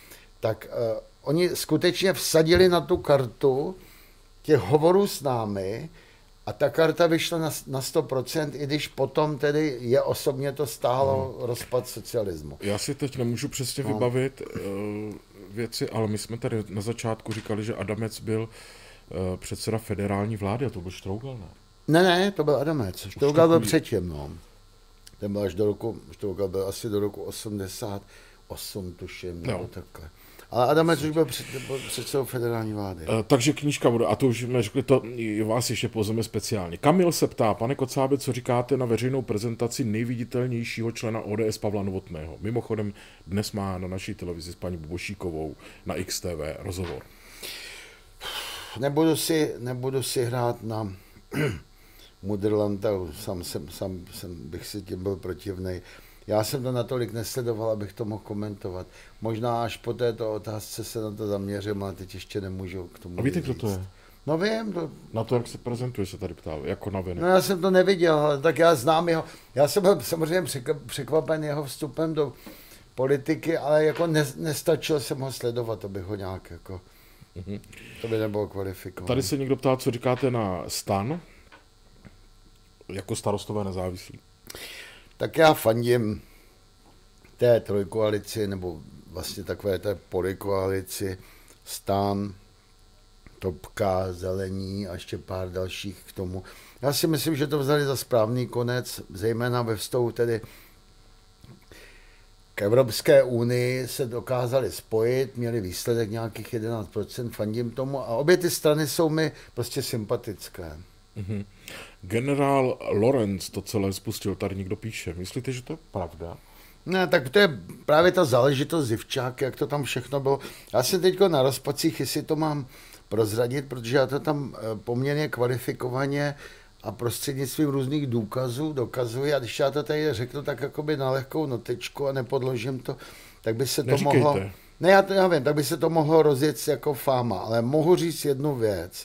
B: tak uh, oni skutečně vsadili na tu kartu těch hovorů s námi a ta karta vyšla na, na sto procent, i když potom tedy je osobně to stálo no. rozpad socialismu.
A: Já si teď nemůžu přesně no. vybavit uh, věci, ale my jsme tady na začátku říkali, že Adamec byl uh, předseda federální vlády a to byl Štrougal, ne?
B: Ne, ne, to byl Adamec. Štrougal byl předtím, no. Ten byl až do roku, Štrougal byl asi do roku osmdesát osm, tuším, no, takhle. Ale Adamec už byl před, předsedou federální vlády.
A: Uh, takže knížka bude, a to už jsme řekli, to vás ještě pozveme speciálně. Kamil se ptá, pane Kocábe, co říkáte na veřejnou prezentaci nejviditelnějšího člena O D S Pavla Novotného? Mimochodem, dnes má na naší televizi s paní Bobošíkovou na X T V rozhovor.
B: Nebudu si, nebudu si hrát na Mudrlanta, sám, jsem, sám jsem, bych si tím byl protivnej. Já jsem to natolik nesledoval, abych to mohl komentovat. Možná až po této otázce se na to zaměřím, ale teď ještě nemůžu k tomu.
A: A víte, kdo to je?
B: No vím. To...
A: Na to, jak se prezentuje, se tady ptal, jako na venek.
B: No já jsem to neviděl, ale tak já znám jeho. Já jsem byl samozřejmě překvapen jeho vstupem do politiky, ale jako ne, nestačil jsem ho sledovat, abych ho nějak jako... Mm-hmm. To by nebylo kvalifikované.
A: Tady se někdo ptá, co říkáte na STAN, jako Starostové nezávislí.
B: Tak já fandím té trojkoalici, nebo vlastně takové té polikoalici, STAN, Topka, Zelení a ještě pár dalších k tomu. Já si myslím, že to vzali za správný konec, zejména ve vztahu tedy k Evropské unii se dokázali spojit, měli výsledek nějakých jedenáct procent, fandím tomu a obě ty strany jsou mi prostě sympatické.
A: Mm-hmm. Generál Lorenz to celé spustil, tady někdo píše. Myslíte, že to je pravda?
B: Ne, tak to je právě ta záležitost Zivčák, jak to tam všechno bylo. Já jsem teď na rozpacích, jestli to mám prozradit, protože já to tam poměrně kvalifikovaně a prostřednictvím různých důkazů dokazuji. A když já to tady řeknu tak jakoby na lehkou notečku a nepodložím to, tak by se to
A: Neříkejte.
B: mohlo... Ne, já to já vím, tak by se to mohlo rozjet jako fáma, ale mohu říct jednu věc,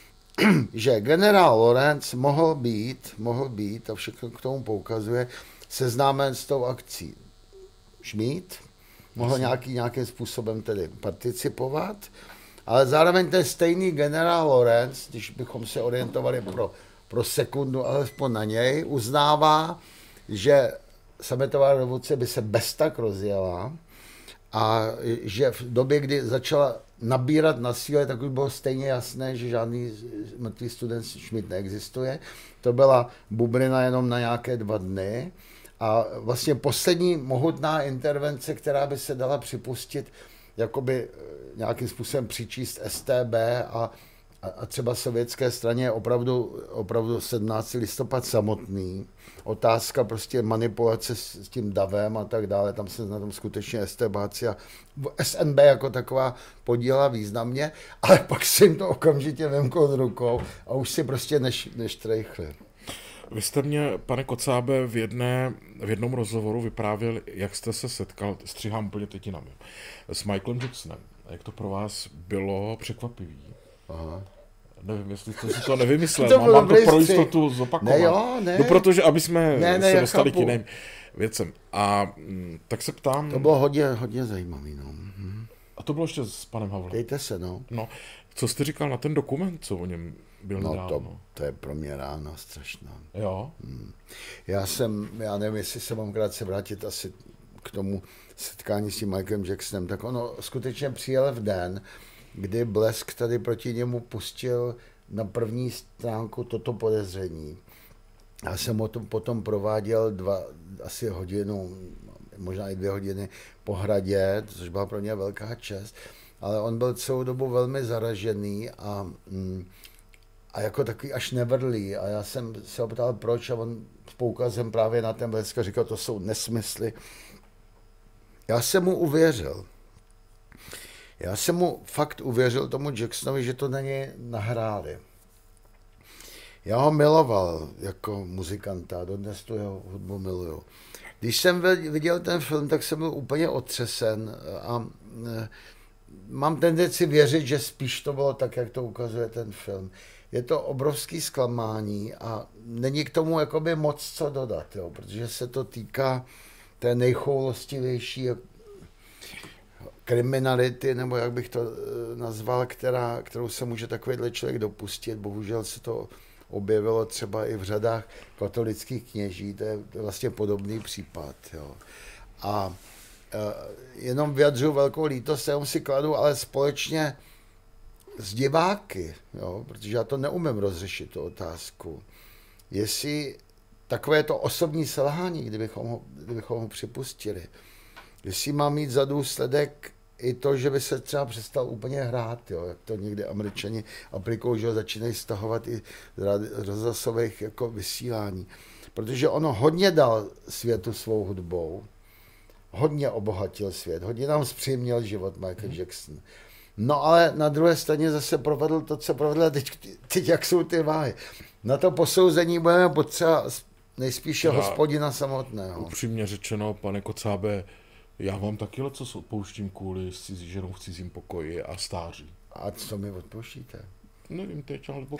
B: že generál Lorenz mohl být, mohl být, a všechno k tomu poukazuje, seznámen s tou akcí Šmíd, mohl nějaký, nějakým způsobem tedy participovat, ale zároveň ten stejný generál Lorenz, když bychom se orientovali pro, pro sekundu alespoň na něj, uznává, že sametová revoluce by se bez tak rozjela a že v době, kdy začala nabírat na síle, tak už bylo stejně jasné, že žádný mrtvý student Šmíd neexistuje. To byla bublina jenom na nějaké dva dny. A vlastně poslední mohutná intervence, která by se dala připustit, jakoby nějakým způsobem přičíst S T B a, a třeba sovětské straně, je opravdu, opravdu sedmnáctého listopad samotný. Otázka prostě manipulace s, s tím davem a tak dále, tam se na tom skutečně STBáci a S N B jako taková podílela významně, ale pak si jim to okamžitě vymklo z rukou a už si prostě neš, neštrejchli.
A: Vy jste mě, pane Kocábe, v, jedné, v jednom rozhovoru vyprávěl, jak jste se setkal, střihám úplně tetinami, s Michaelem Jacksonem. Jak to pro vás bylo překvapivý? Aha. Nevím, jestli jste si to nevymyslel, to mám, mám to pro jistotu zopakovat.
B: Ne, jo, ne.
A: No protože, aby jsme
B: ne, ne,
A: se dostali k jiným věcem. A m, tak se ptám...
B: To bylo hodně, hodně zajímavý, no. Hm.
A: A to bylo ještě s panem Havlem.
B: Dejte se, no.
A: No, co jste říkal na ten dokument, co o něm byl
B: no,
A: nedávno?
B: To, to je pro mě rána strašná.
A: Jo?
B: Hm. Já jsem, já nevím, jestli se mám krátce vrátit asi k tomu setkání s tím Michaelem Jacksonem, tak ono skutečně přijel v den, kdy Blesk tady proti němu pustil na první stránku toto podezření. Já jsem o tom potom prováděl dva, asi hodinu, možná i dvě hodiny po Hradě, což byla pro mě velká čest, ale on byl celou dobu velmi zaražený a, a jako takový až nevrlý. A já jsem se optal, proč, a on s poukazem právě na ten Blesk říkal, to jsou nesmysly. Já jsem mu uvěřil. Já jsem mu fakt uvěřil tomu Jacksonovi, že to na něj nahráli. Já ho miloval jako muzikanta, dodnes tu jeho hudbu miluju. Když jsem viděl ten film, tak jsem byl úplně otřesen a mám tendenci věřit, že spíš to bylo tak, jak to ukazuje ten film. Je to obrovský zklamání a není k tomu jakoby moc co dodat, jo, protože se to týká té nejchoulostivější kriminality, nebo jak bych to nazval, která, kterou se může takovýhle člověk dopustit. Bohužel se to objevilo třeba i v řadách katolických kněží, to je vlastně podobný případ. Jo. A jenom vyjadřuji velkou lítost, já si kladu, ale společně s diváky, jo, protože já to neumím rozřešit, tu otázku, jestli takové to osobní selhání, kdybychom ho, kdybychom ho připustili, jestli má mít za důsledek i to, že by se třeba přestal úplně hrát, jo, jak to někdy Američani aplikují, že začínají stahovat i z rozhlasových jako vysílání. Protože ono hodně dal světu svou hudbou, hodně obohatil svět, hodně nám zpříjemnil život Michael Jackson. No ale na druhé straně zase provedl to, co provedl, teď, teď jak jsou ty váhy. Na to posouzení budeme potřeba nejspíše teda hospodina samotného.
A: Upřímně řečeno, pane Kocábe, já vám taky leco odpouštím kvůli s cizí ženou v cizím pokoji a stáří.
B: A co mi odpouštíte?
A: Nevím teď, ale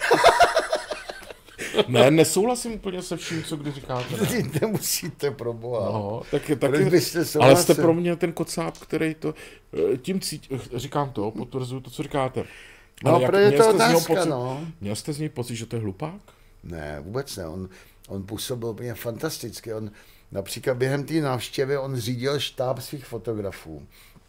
A: ne, nesouhlasím úplně se vším, co kdy říkáte. Ne?
B: Nemusíte, proboha.
A: No, tak, taky, ale jste pro mě ten Kocáb, který to, tím cítí, říkám to, potvrzuju to, co říkáte.
B: No,
A: ale
B: jak, je to otázka,
A: pocit,
B: no.
A: Měl jste z něj pocit, že to je hlupák?
B: Ne, vůbec ne. On, on působil úplně fantasticky. On například během té návštěvy on řídil štáb svých fotografů.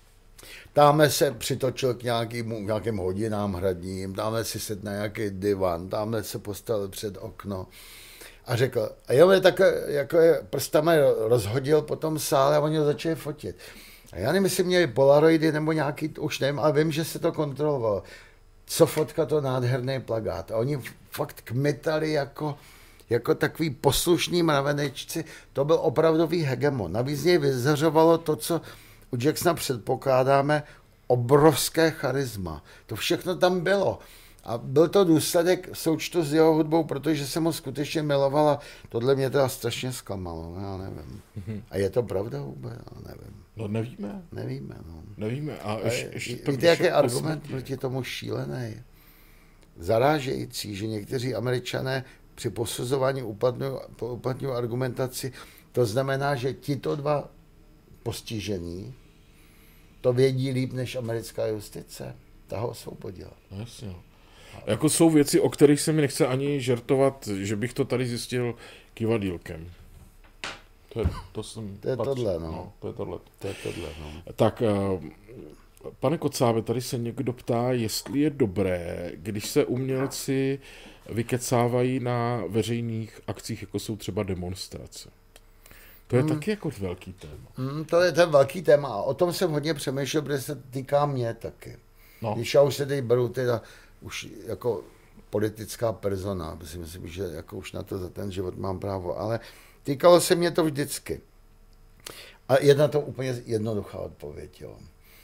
B: Tamhle se přitočil k nějakým, nějakým hodinám hradním, tamhle si sedl na nějaký divan, tamhle se postavil před okno a řekl, a jo, je tak, jako je prstama rozhodil po tom sále a oni ho začali fotit. A já nevím, jestli měli polaroidy nebo nějaký, už nevím, ale vím, že se to kontrolovalo. Co fotka, to nádherný plakát. A oni fakt kmitali jako, jako takový poslušní mravenečci. To byl opravdový hegemon. Navíc z něj vyzařovalo to, co u Jacksona předpokládáme, obrovské charisma. To všechno tam bylo. A byl to důsledek součtu s jeho hudbou, protože jsem ho skutečně milovala. Tohle mě teda strašně zklamalo, já nevím. A je to pravda vůbec? Já nevím.
A: No nevíme.
B: Nevíme, no.
A: Nevíme. A ještě, ještě
B: víte, jaký je argument proti tomu šílený? Zarážející, že někteří Američané při posuzování uplatňují argumentaci, to znamená, že tito dva postižení to vědí líp než americká justice. Ta ho osvobodila.
A: Jasně. Jako jsou věci, o kterých se mi nechce ani žertovat, že bych to tady zjistil kivadýlkem. To je, to jsem
B: to je
A: patří.
B: tohle, no.
A: no. To je tohle.
B: To je tohle, no.
A: Tak, pane Kocábe, tady se někdo ptá, jestli je dobré, když se umělci vykecávají na veřejných akcích, jako jsou třeba demonstrace. To je hmm. taky jako velký téma.
B: Hmm, to je ten velký téma a o tom jsem hodně přemýšlel, protože se týká mě taky. No. Když já už se teď beru teda už jako politická persona, si myslím, že jako už na to za ten život mám právo, ale týkalo se mě to vždycky. A jedna to úplně jednoduchá odpověď, jo.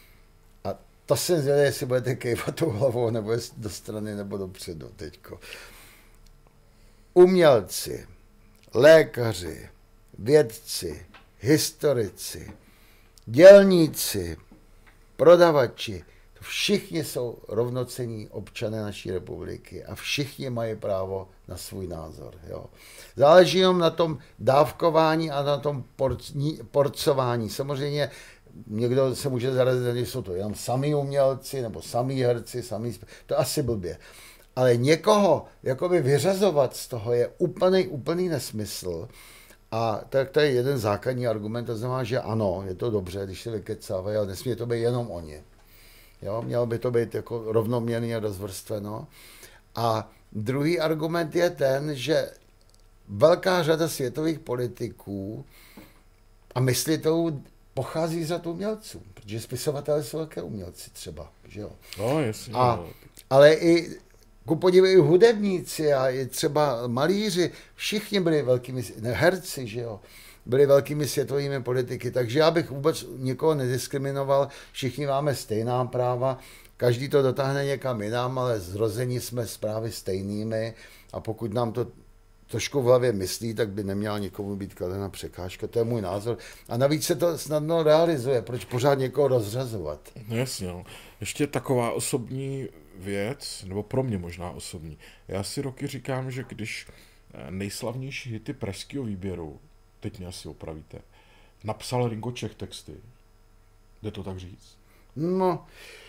B: A to jsem zvědavý, jestli budete kejvat tou hlavou, nebo jestli do strany, nebo dopředu teďko. Umělci, lékaři, vědci, historici, dělníci, prodavači, to všichni jsou rovnocenní občané naší republiky a všichni mají právo na svůj názor. Jo. Záleží jenom na tom dávkování a na tom porcní, porcování. Samozřejmě někdo se může zarazit, že jsou to jenom samý umělci nebo samý herci, samý sp... to je asi blbě. Ale někoho jakoby vyřazovat z toho je úplný, úplný nesmysl. A tak to je jeden základní argument, to znamená, že ano, je to dobře, když se vykecávají, ale nesmí to být jenom oni. Jo, mělo by to být jako rovnoměrně rozvrstveno. A druhý argument je ten, že velká řada světových politiků a myslitelů pochází z řad umělců, protože spisovatelé jsou také umělci třeba, že jo.
A: No, jasně.
B: A, ale i ku podivu i hudebníci a i třeba malíři, všichni byli velkými, ne, herci, že jo, byli velkými světovými politiky, takže já bych vůbec nikoho nediskriminoval, všichni máme stejná práva, každý to dotáhne někam jinam, ale zrození jsme zprávy stejnými a pokud nám to trošku v hlavě myslí, tak by neměla nikomu být kladena překážka, to je můj názor. A navíc se to snadno realizuje, proč pořád někoho rozřazovat?
A: Jasně, no. Ještě taková osobní věc, nebo pro mě možná osobní. Já si roky říkám, že když nejslavnější hity pražského výběru, teď mě asi opravíte, napsal Ringo Čech texty, jde to tak říct?
B: No,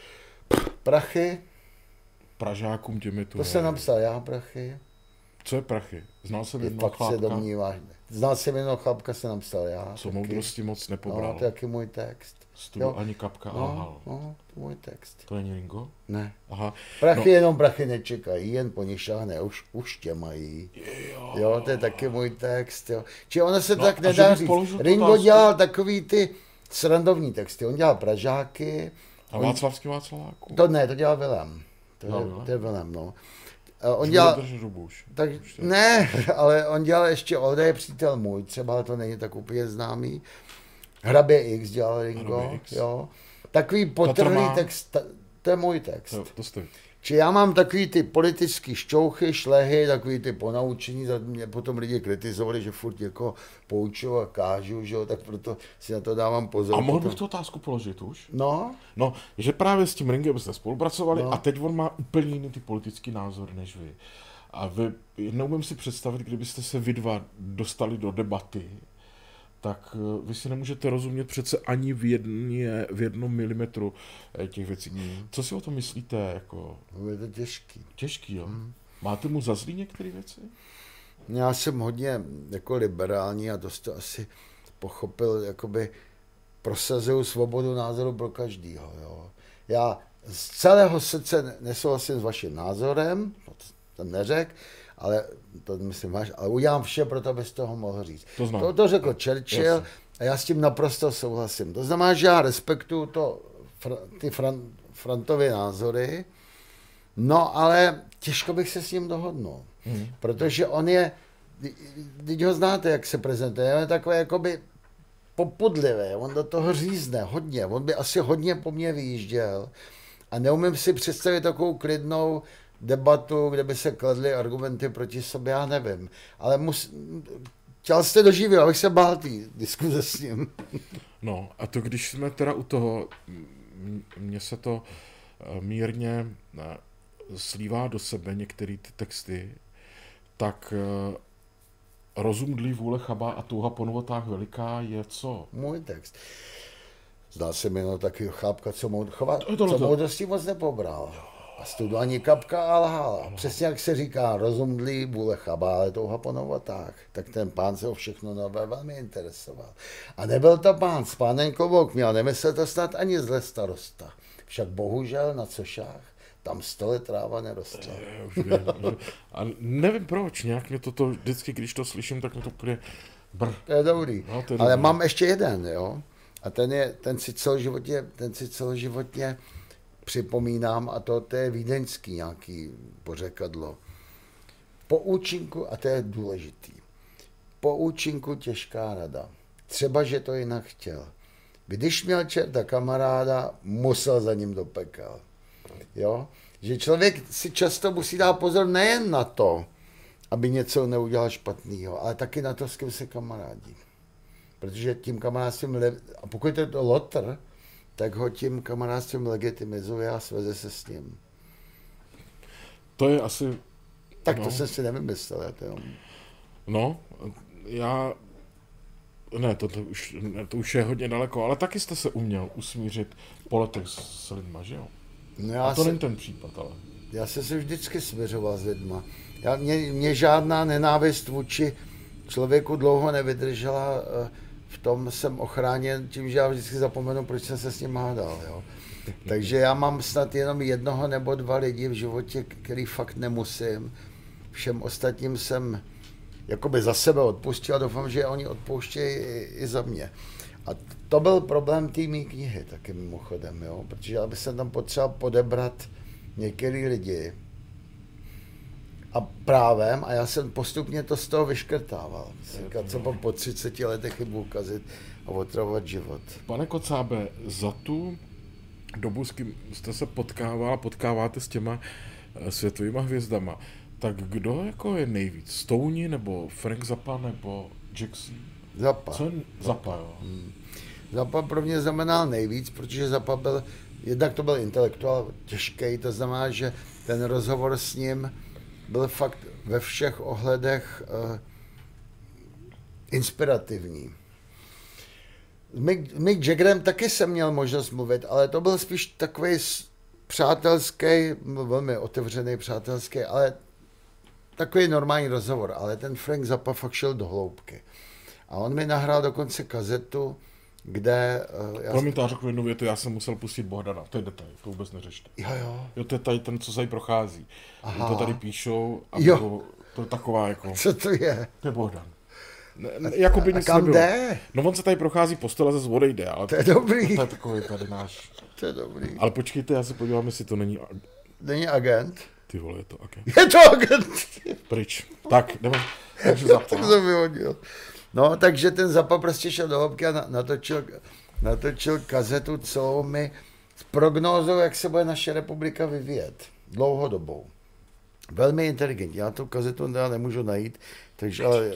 B: prachy.
A: Pražákům těmi tu.
B: To jsem napsal já, prachy.
A: Co je prachy? Znal jsem
B: Je
A: jednoho
B: fakt se
A: chlápka.
B: domníváš. Znal jsem jednoho chlapka, jsem napsal já.
A: Co
B: taky.
A: moudrosti moc nepobral.
B: No, to je taky můj text.
A: Studu ani kapka a
B: no,
A: lhal.
B: no, to je můj text.
A: To není Ringo?
B: Ne.
A: Aha.
B: Prachy
A: no.
B: jenom prachy nečekají, jen po nich šáhne, už, už tě mají.
A: Jo.
B: Jo, to je taky můj text, jo. Či ono se
A: No,
B: tak
A: a
B: nedá
A: že
B: říct.
A: položil tu
B: Ringo
A: otázku?
B: dělal takový ty srandovní texty, on dělal Pražáky.
A: A
B: on...
A: Václavský Václaváku?
B: To ne, to dělal Vilém. To,
A: No,
B: je,
A: Vilém.
B: to je Vilém, no. A on dělal... Tak, ne, ale on dělal ještě Olda je přítel můj, třeba, ale to není tak úplně známý. Hrabě X dělal Ringo,
A: X.
B: Jo. Takový potrhlý text, ta, to je můj text.
A: To, to stojí.
B: Či já mám takový ty politický šťouchy, šlehy, takový ty ponaučení, za mě potom lidi kritizovali, že furt jako poučuju a kážu, že jo, tak proto si na to dávám pozor.
A: A mohl bych
B: potom...
A: tu otázku položit už?
B: No.
A: No, že právě s tím Ringem jste spolupracovali
B: no.
A: a teď on má úplně jiný ty politický názor než vy. A vy, neumím si představit, kdybyste se vy dva dostali do debaty, tak vy si nemůžete rozumět přece ani v, jedně, v jednom milimetru těch věcí. Hmm. Co si o tom myslíte? Jako...
B: Je to těžký.
A: Těžký, jo?
B: Hmm.
A: Máte mu za zlý některé věci?
B: Já jsem hodně jako liberální a dost to asi pochopil, jakoby prosazuju svobodu názoru pro každýho. Jo. Já z celého srdce nesouhlasím s vaším názorem, to neřekl, ale to myslím váš, ale udělám vše pro to, abys toho mohl říct.
A: To,
B: to, to řekl Churchill Jasně. A já s tím naprosto souhlasím. To znamená, že já respektuju to, ty Fran, Frantovy názory, no ale těžko bych se s ním dohodnul, hmm. protože on je, teď ho znáte, jak se prezentuje, on je takový jakoby popudlivý, on do toho řízne hodně, on by asi hodně po mně vyjížděl a neumím si představit takovou klidnou debatu, kde by se kladly argumenty proti sobě, já nevím. Ale mus... chtěl jste doživit, abych se bál tý diskuze s ním.
A: No a to, když jsme teda u toho, mně se to mírně slívá do sebe některé ty texty, tak rozum dlí vůle chabá a touha po novotách veliká je co?
B: Můj text. Zdá se mi no taky chápka, co moudrosti moc nepobral. A studu ani kapka a lhala. Přesně jak se říká, rozum dlí vůle chabá, ale touha po novotách. Tak ten pán se o všechno nové velmi interesoval. A nebyl to pán, s pánem klobouk měl, nemyslel to snad ani zle starosta. Však bohužel na cošách tam stole tráva nerostla.
A: A nevím proč, nějak mě toto vždycky, když to slyším, tak mě to úplně brr.
B: To je dobrý.
A: No, to je
B: ale
A: dobrý.
B: mám ještě jeden, jo. A ten, je, ten si celoživotně, ten si celoživotně připomínám, a to, to je vídeňský nějaký pořekadlo. Po účinku, a to je důležitý, po účinku těžká rada. Třeba, že to jinak chtěl. Když měl čerta kamaráda, musel za ním do pekel. Jo? Že člověk si často musí dát pozor nejen na to, aby něco neudělal špatného, ale taky na to, s kým se kamarádí. Protože tím kamarádstvím, a pokud je to lotr, tak ho tím kamarádствím legitimizuje a sveze se s ním.
A: To je asi...
B: Tak
A: no.
B: to jsem si nevymyslel. Já to,
A: no, já... Ne, to, to, už, to už je hodně daleko, ale taky jste se uměl usmířit po letech s lidma, že jo?
B: No
A: a to
B: se,
A: není ten případ, ale...
B: Já jsem se vždycky směřoval s lidma. Já, mě, mě žádná nenávist vůči člověku dlouho nevydržela, v tom jsem ochráněn tím, že já vždycky zapomenu, proč jsem se s ním hádal. Jo. Takže já mám snad jenom jednoho nebo dva lidi v životě, který fakt nemusím. Všem ostatním jsem jakoby za sebe odpustil a doufám, že oni odpouštějí i, i za mě. A to byl problém té mý knihy taky mimochodem, jo, protože já bych jsem tam potřeboval podebrat některý lidi a právem, a já jsem postupně to z toho vyškrtával. Říkal, co mám po třiceti letech chybu ukazit a otravovat život.
A: Pane Kocábe, za tu dobu, s kým jste se potkával a potkáváte s těma světovýma hvězdama, tak kdo jako je nejvíc? Stouni nebo Frank Zappa nebo Jackson?
B: Zappa.
A: Co je Zappa, jo?
B: Hmm. Zappa pro mě znamenal nejvíc, protože Zappa byl, jednak to byl intelektuál těžký, to znamená, že ten rozhovor s ním byl fakt ve všech ohledech uh, inspirativní. S Mick, Mick Jaggerem taky jsem měl možnost mluvit, ale to byl spíš takový přátelský, velmi otevřený přátelský, ale takový normální rozhovor, ale ten Frank Zappa fakt šel do hloubky. A on mi nahrál dokonce kazetu, kde... Uh, já
A: Promiň, já řeknu jednu větu, já jsem musel pustit Bohdana, to je detail, to vůbec neřešte.
B: Jo, jo.
A: Jo, to je tady ten, co se tady prochází. Aha. To tady píšou a
B: jo.
A: to, to je taková jako...
B: Co to je?
A: To je Bohdan. Ne, ne, jako by
B: a
A: nic
B: kam
A: nebylo.
B: jde?
A: No on se tady prochází po stole, zase odejde, ale...
B: To je dobrý.
A: To je takový tady náš...
B: To je dobrý.
A: Ale počkejte, já se podívám, jestli to není...
B: Není agent?
A: Ty vole, je to agent.
B: Je to agent.
A: Pryč. Tak, jdeme. Takže Zappa.
B: Tak to vyhodil. No, takže ten Zappa prostě šel do hloubky a natočil, natočil kazetu celou mi s prognózou, jak se bude naše republika vyvíjet. Dlouhodobou. Velmi inteligentní. Já tu kazetu teda nemůžu najít, takže ale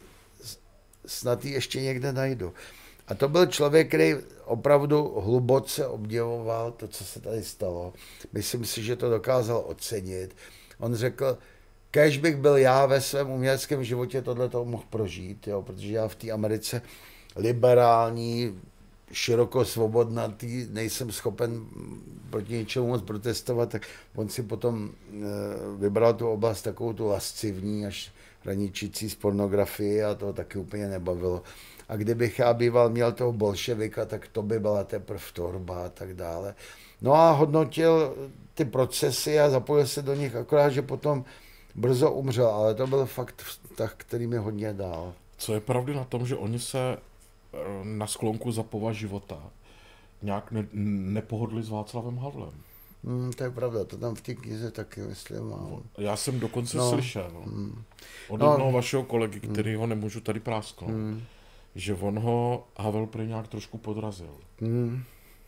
B: snad ji ještě někde najdu. A to byl člověk, který opravdu hluboce obdivoval to, co se tady stalo. Myslím si, že to dokázal ocenit. On řekl, kéž bych byl já ve svém uměleckém životě tohleto mohl prožít, jo, protože já v té Americe liberální, široko svobodnatý, nejsem schopen proti něčemu moc protestovat, tak on si potom e, vybral tu oblast takovou tu lascivní, až hraničící s pornografií a to taky úplně nebavilo. A kdybych já býval měl toho bolševika, tak to by byla teprve tvorba a tak dále. No a hodnotil ty procesy a zapojil se do nich, akorát, že potom brzo umřel, ale to byl fakt vztah, který mi hodně dal.
A: Co je pravdy na tom, že oni se na sklonku Zappova života nějak ne, nepohodli s Václavem Havlem?
B: Hmm, to je pravda, to tam v té knize taky, myslím, mám.
A: Já jsem dokonce no. slyšel hmm. od
B: no.
A: jednoho vašeho kolegy, který hmm. ho nemůžu tady prásknout, hmm. že on ho Havel prý nějak trošku podrazil.
B: Hmm.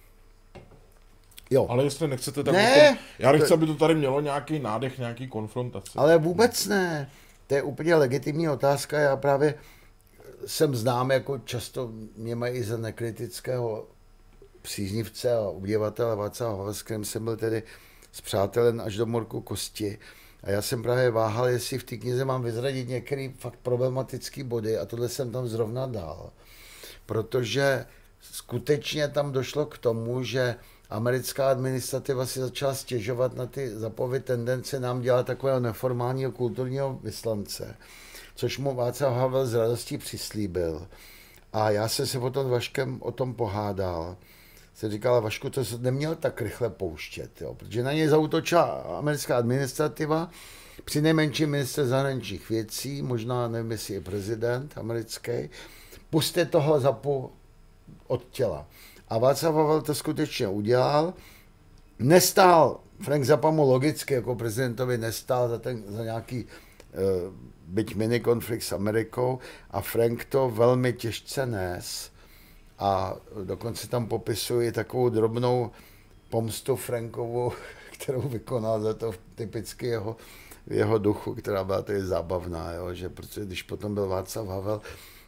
B: Jo.
A: Ale jestli nechcete, tak
B: ne,
A: potom, já nechci, to... aby to tady mělo nějaký nádech, nějaký konfrontace.
B: Ale vůbec ne. To je úplně legitimní otázka. Já právě jsem znám, jako často mě mají i za nekritického příznivce a obdivatele Václava Havla, s kterým jsem byl tedy spřátelen až do morku kosti. A já jsem právě váhal, jestli v té knize mám vyzradit některé fakt problematické body a tohle jsem tam zrovna dal. Protože skutečně tam došlo k tomu, že americká administrativa si začala stěžovat na ty Zappovy tendence nám dělat takového neformálního kulturního vyslance, což mu Václav Havel z radostí přislíbil. A já jsem se potom s Vaškem o tom pohádal. Jsem říkal, Vašku, to se neměl tak rychle pouštět, jo, protože na něj zaútočila americká administrativa, přinejmenším ministr zahraničních věcí, možná nevím, jestli je prezident americký, puste toho Zappu od těla. A Václav Havel to skutečně udělal. Nestál, Frank Zappa mu logicky jako prezidentovi nestál za, ten, za nějaký uh, byť mini konflikt s Amerikou a Frank to velmi těžce nes a dokonce tam popisuji takovou drobnou pomstu Frankovu, kterou vykonal za to typicky jeho, jeho duchu, která byla tedy zábavná, jo, že protože když potom byl Václav Havel,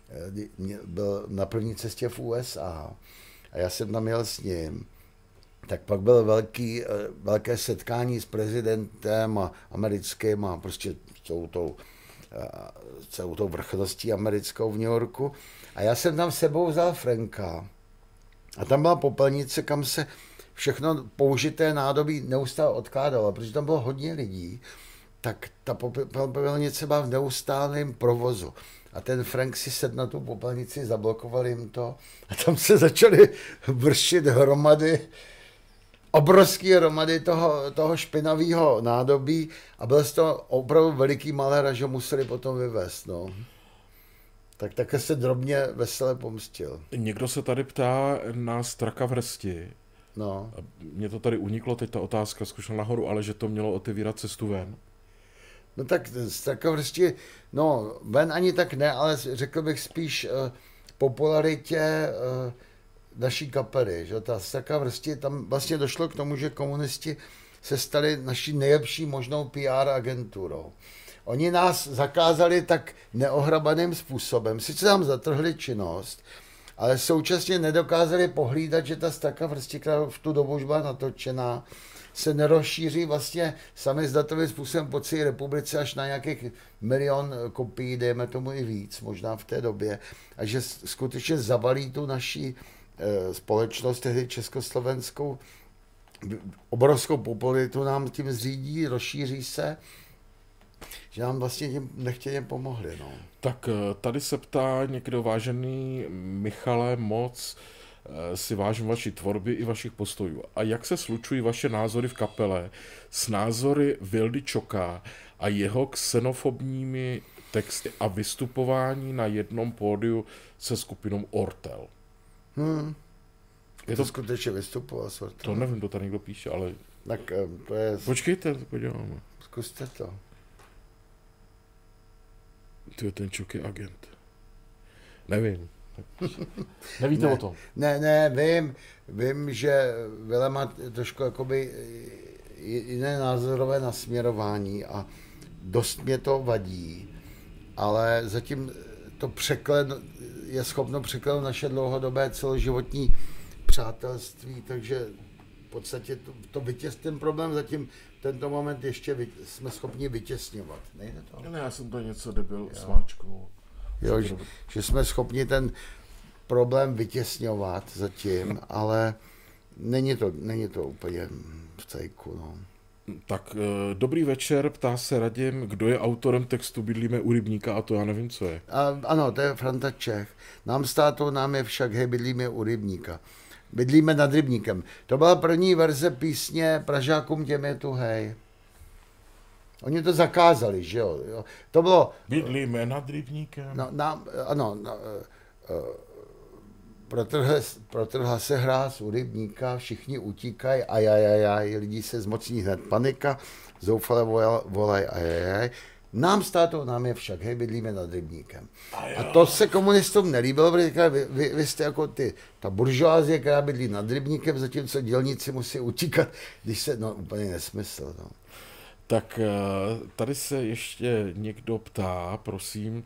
B: byl na první cestě v U S A, a já jsem tam jel s ním, tak pak byl velký, velké setkání s prezidentem a americkým a prostě celou tou, celou tou vrchností americkou v New Yorku. A já jsem tam s sebou vzal Franka. A tam byla popelnice, kam se všechno použité nádobí neustále odkládalo, protože tam bylo hodně lidí, tak ta popelnice byla v neustálém provozu. A ten Frank si sedl na tu popelnici, zablokoval jim to a tam se začaly vršit hromady, obrovské hromady toho, toho špinavého nádobí a byl z toho opravdu veliký malér, že ho museli potom vyvést. No. Tak také se drobně vesele pomstil.
A: Někdo se tady ptá na straka v hrsti.
B: No.
A: Mně to tady uniklo, teď ta otázka zkušel nahoru, ale že to mělo otevírat cestu ven.
B: No tak straka v hrsti, no ven ani tak ne, ale řekl bych spíš uh, popularitě uh, naší kapely, že ta straka v hrsti, tam vlastně došlo k tomu, že komunisti se stali naší nejlepší možnou P R agenturou. Oni nás zakázali tak neohrabaným způsobem, sice tam zatrhli činnost, ale současně nedokázali pohlídat, že ta straka v hrsti, která v tu dobu už byla natočená, se nerozšíří vlastně samizdatovým způsobem po celé republice až na nějakých milion kopií, dejme tomu i víc, možná v té době, a že skutečně zavalí tu naší e, společnost, tehdy československou, obrovskou popularitu nám tím zřídí, rozšíří se, že nám vlastně tím nechtěně pomohli. No.
A: Tak tady se ptá někdo, vážený Michale, moc si vážím vaší tvorby i vašich postojů. A jak se slučují vaše názory v kapele s názory Vildy Čoka a jeho xenofobními texty a vystupování na jednom pódiu se skupinou Ortel?
B: Hmm. Je to, to skutečně vystupoval s Ortel?
A: To nevím, to tady někdo píše, ale...
B: Tak to je...
A: Počkejte, to podíváme.
B: Zkuste to.
A: Ty ten Čok je agent. Nevím. Nevíte
B: ne,
A: o tom?
B: Ne, ne, vím. Vím, že Vile má trošku jakoby jiné názorové nasměrování a dost mě to vadí, ale zatím to překlad je schopno překlenout naše dlouhodobé celoživotní přátelství, takže v podstatě to, to vytěs, ten problém zatím v tento moment ještě vy, jsme schopni vytěsňovat. Nejde to?
A: Ne, já jsem to něco debil s máčkou.
B: Jo, že, že jsme schopni ten problém vytěsňovat zatím, ale není to, není to úplně v cejku. No.
A: Tak dobrý večer, ptá se Radim, kdo je autorem textu Bydlíme u rybníka, a to já nevím, co je.
B: A, ano, to je Franta Čech. Nám státou, nám je však, hej, bydlíme u rybníka. Bydlíme nad rybníkem. To byla první verze písně Pražákům těm je tu, hej. Oni to zakázali, že jo. To bylo...
A: Bydlíme nad rybníkem.
B: No, nám, ano, no, protrhla, protrhla se hráz u rybníka, všichni utíkají, ajajajaj, lidi se zmocní hned panika, zoufale volají ajajaj. Nám státu, nám je však, hej, bydlíme nad rybníkem. A to se komunistům nelíbilo, protože vy, vy, vy jste jako ty, ta buržoázie, která bydlí nad rybníkem, zatímco dělníci musí utíkat, když se, no úplně nesmysl. No.
A: Tak tady se ještě někdo ptá, prosím,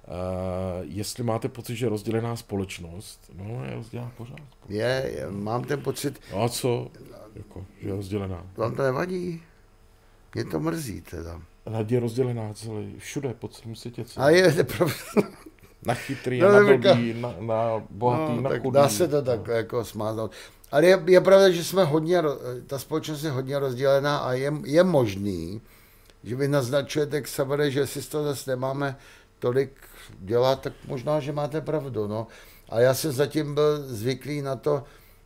A: jestli máte pocit, že je rozdělená společnost. No, je rozdělená pořád.
B: Je, je, mám ten pocit.
A: No a co? Jako, že je rozdělená.
B: Vám to nevadí? Mě to mrzí teda.
A: Je rozdělená celý, všude, po celém světě.
B: A je to
A: na chytrý, no, na blbý, na, na bohatý, no, na chudý.
B: Dá se to tak no. jako smáznout. Ale je, je pravda, že jsme hodně, ta společnost je hodně rozdělená a je, je možný, že vy naznačujete k Savere, že si z toho zase nemáme tolik dělat, tak možná, že máte pravdu, no. A já jsem zatím byl zvyklý na to,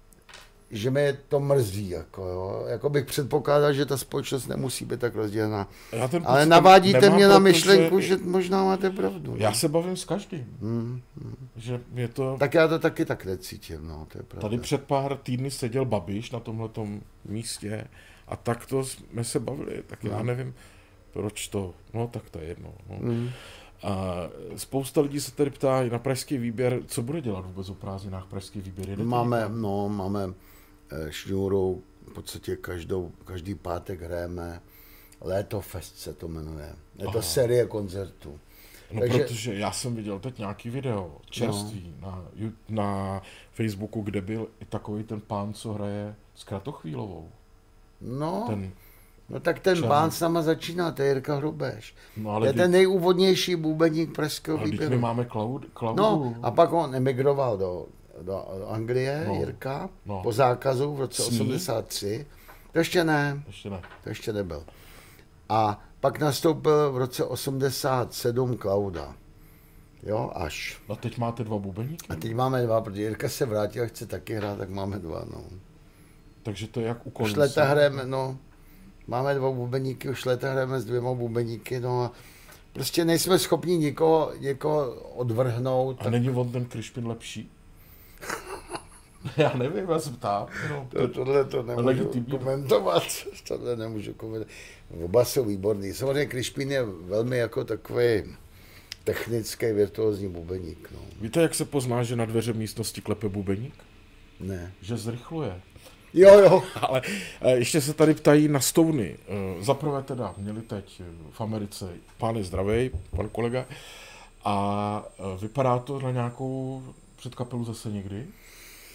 B: že mě to mrzí, jako jo. Jako bych předpokládal, že ta společnost nemusí být tak rozdělená. Ale navádíte mě na myšlenku, že... že možná máte pravdu.
A: Já no. se bavím s každým. Hmm, hmm. Že je to...
B: Tak já to taky tak necítím, no, to je pravda.
A: Tady před pár týdny seděl Babiš na tomhletom místě a tak to jsme se bavili, tak hmm. já nevím, proč to, no tak to je jedno. No. Hmm. A spousta lidí se tady ptá na pražský výběr, co bude dělat vůbec o prázdninách pražský výběr? Jedete
B: máme, no, máme šňůrou, v podstatě každou, každý pátek hrajeme, Létofest se to jmenuje. Je to Aha. série koncertů.
A: No takže... protože já jsem viděl teď nějaký video čerstvý no. na, na Facebooku, kde byl i takový ten pán, co hraje s Kratochvílovou.
B: No.
A: Ten
B: No tak ten černý. Bán s náma začíná, to je Jirka Hrubeš.
A: No, ale
B: je
A: kdy...
B: ten nejúvodnější bubeník pražského výběru.
A: My máme Cloud, Cloudu.
B: No a pak on emigroval do, do Anglie, no. Jirka, no. po zákazu v roce Sní? osmdesát tři. To ještě ne.
A: Ještě ne.
B: To ještě nebyl. A pak nastoupil v roce osmdesát sedm Klauda. Jo, až.
A: A teď máte dva bubeníky?
B: A teď máme dva, protože Jirka se vrátil a chce taky hrát, tak máme dva, no.
A: Takže to je jak u konce.
B: Už leta hrajeme, no. Máme dva bubeníky, už leta hrajeme s dvěma bubeníky, no a prostě nejsme schopni někoho, někoho odvrhnout.
A: A tak... není on ten Krišpin lepší? Já nevím, já se ptám. No,
B: to, tohle to nemůžu komentovat, tohle nemůžu komentovat. Oba jsou výborný. Samozřejmě Krišpin je velmi jako takový technický, virtuózní bubeník. No.
A: Víte, jak se pozná, že na dveře místnosti klepe bubeník?
B: Ne.
A: Že zrychluje.
B: Jo, jo.
A: Ale ještě se tady ptají na stouny. Zaprvé teda měli teď v Americe pány zdravej, pan kolega, a vypadá to na nějakou předkapelu zase někdy?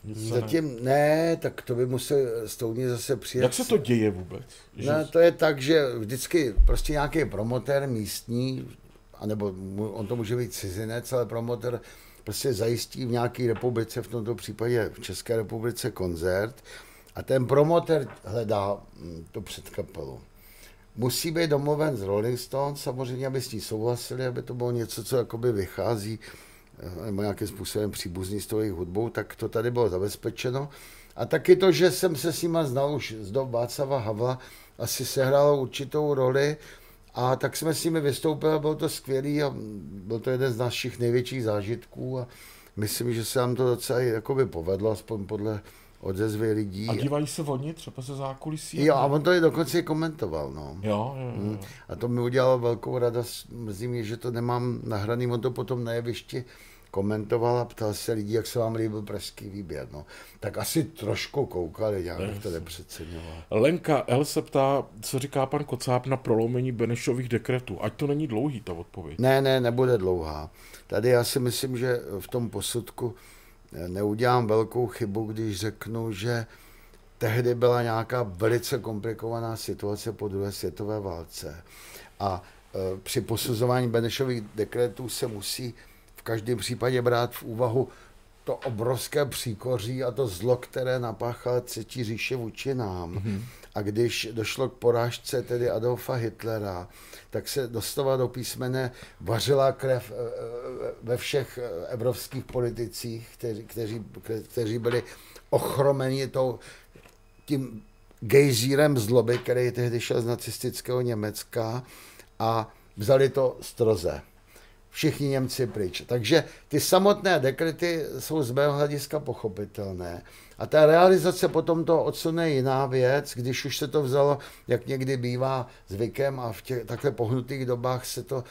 B: Zatím ne... ne, tak to by musel Stouni zase přijet.
A: Jak se to děje vůbec?
B: Že... No, to je tak, že vždycky prostě nějaký promotér místní, anebo on to může být cizinec, ale promotér prostě zajistí v nějaké republice, v tomto případě v České republice, koncert a ten promotér hledá tu předkapelu. Musí být domluven s Rolling Stones, samozřejmě, aby s ní souhlasili, aby to bylo něco, co jakoby vychází nebo nějakým způsobem příbuzný s tou jejich hudbou, tak to tady bylo zabezpečeno. A taky to, že jsem se s nima znal už z dob Václava Havla, asi sehrálo určitou roli a tak jsme s nimi vystoupili, bylo to skvělý a byl to jeden z našich největších zážitků a myslím, že se nám to docela jakoby povedlo, aspoň podle odezvy lidí.
A: A dívají se oni třeba ze zákulisí?
B: Jo, a on to i dokonce i komentoval, no.
A: Jo, jo, jo.
B: A to mi udělalo velkou radost, mrzí mě, že to nemám nahraný, on to potom na jevišti komentoval a ptal se lidí, jak se vám líbil pražský výběr, no. Tak asi trošku koukali, nějak bych to nepřeceňoval.
A: Lenka L. se ptá, co říká pan Kocáb na prolomení Benešových dekretů. Ať to není dlouhý, ta odpověď.
B: Ne, ne, nebude dlouhá. Tady já si myslím, že v tom posudku neudělám velkou chybu, když řeknu, že tehdy byla nějaká velice komplikovaná situace po druhé světové válce. A e, při posuzování Benešových dekretů se musí v každém případě brát v úvahu to obrovské příkoří a to zlo, které napáchala Třetí říše vůči nám. Mm-hmm. A když došlo k porážce tedy Adolfa Hitlera, tak se doslova do písmene vařila krev ve všech evropských politicích, kteří, kteří, kteří byli ochromeni tou, tím gejzírem zloby, který tehdy šel z nacistického Německa a vzali to stroze. Všichni Němci pryč. Takže ty samotné dekrety jsou z mého hlediska pochopitelné. A ta realizace potom to odsune jiná věc, když už se to vzalo, jak někdy bývá zvykem a v těch takhle pohnutých dobách se to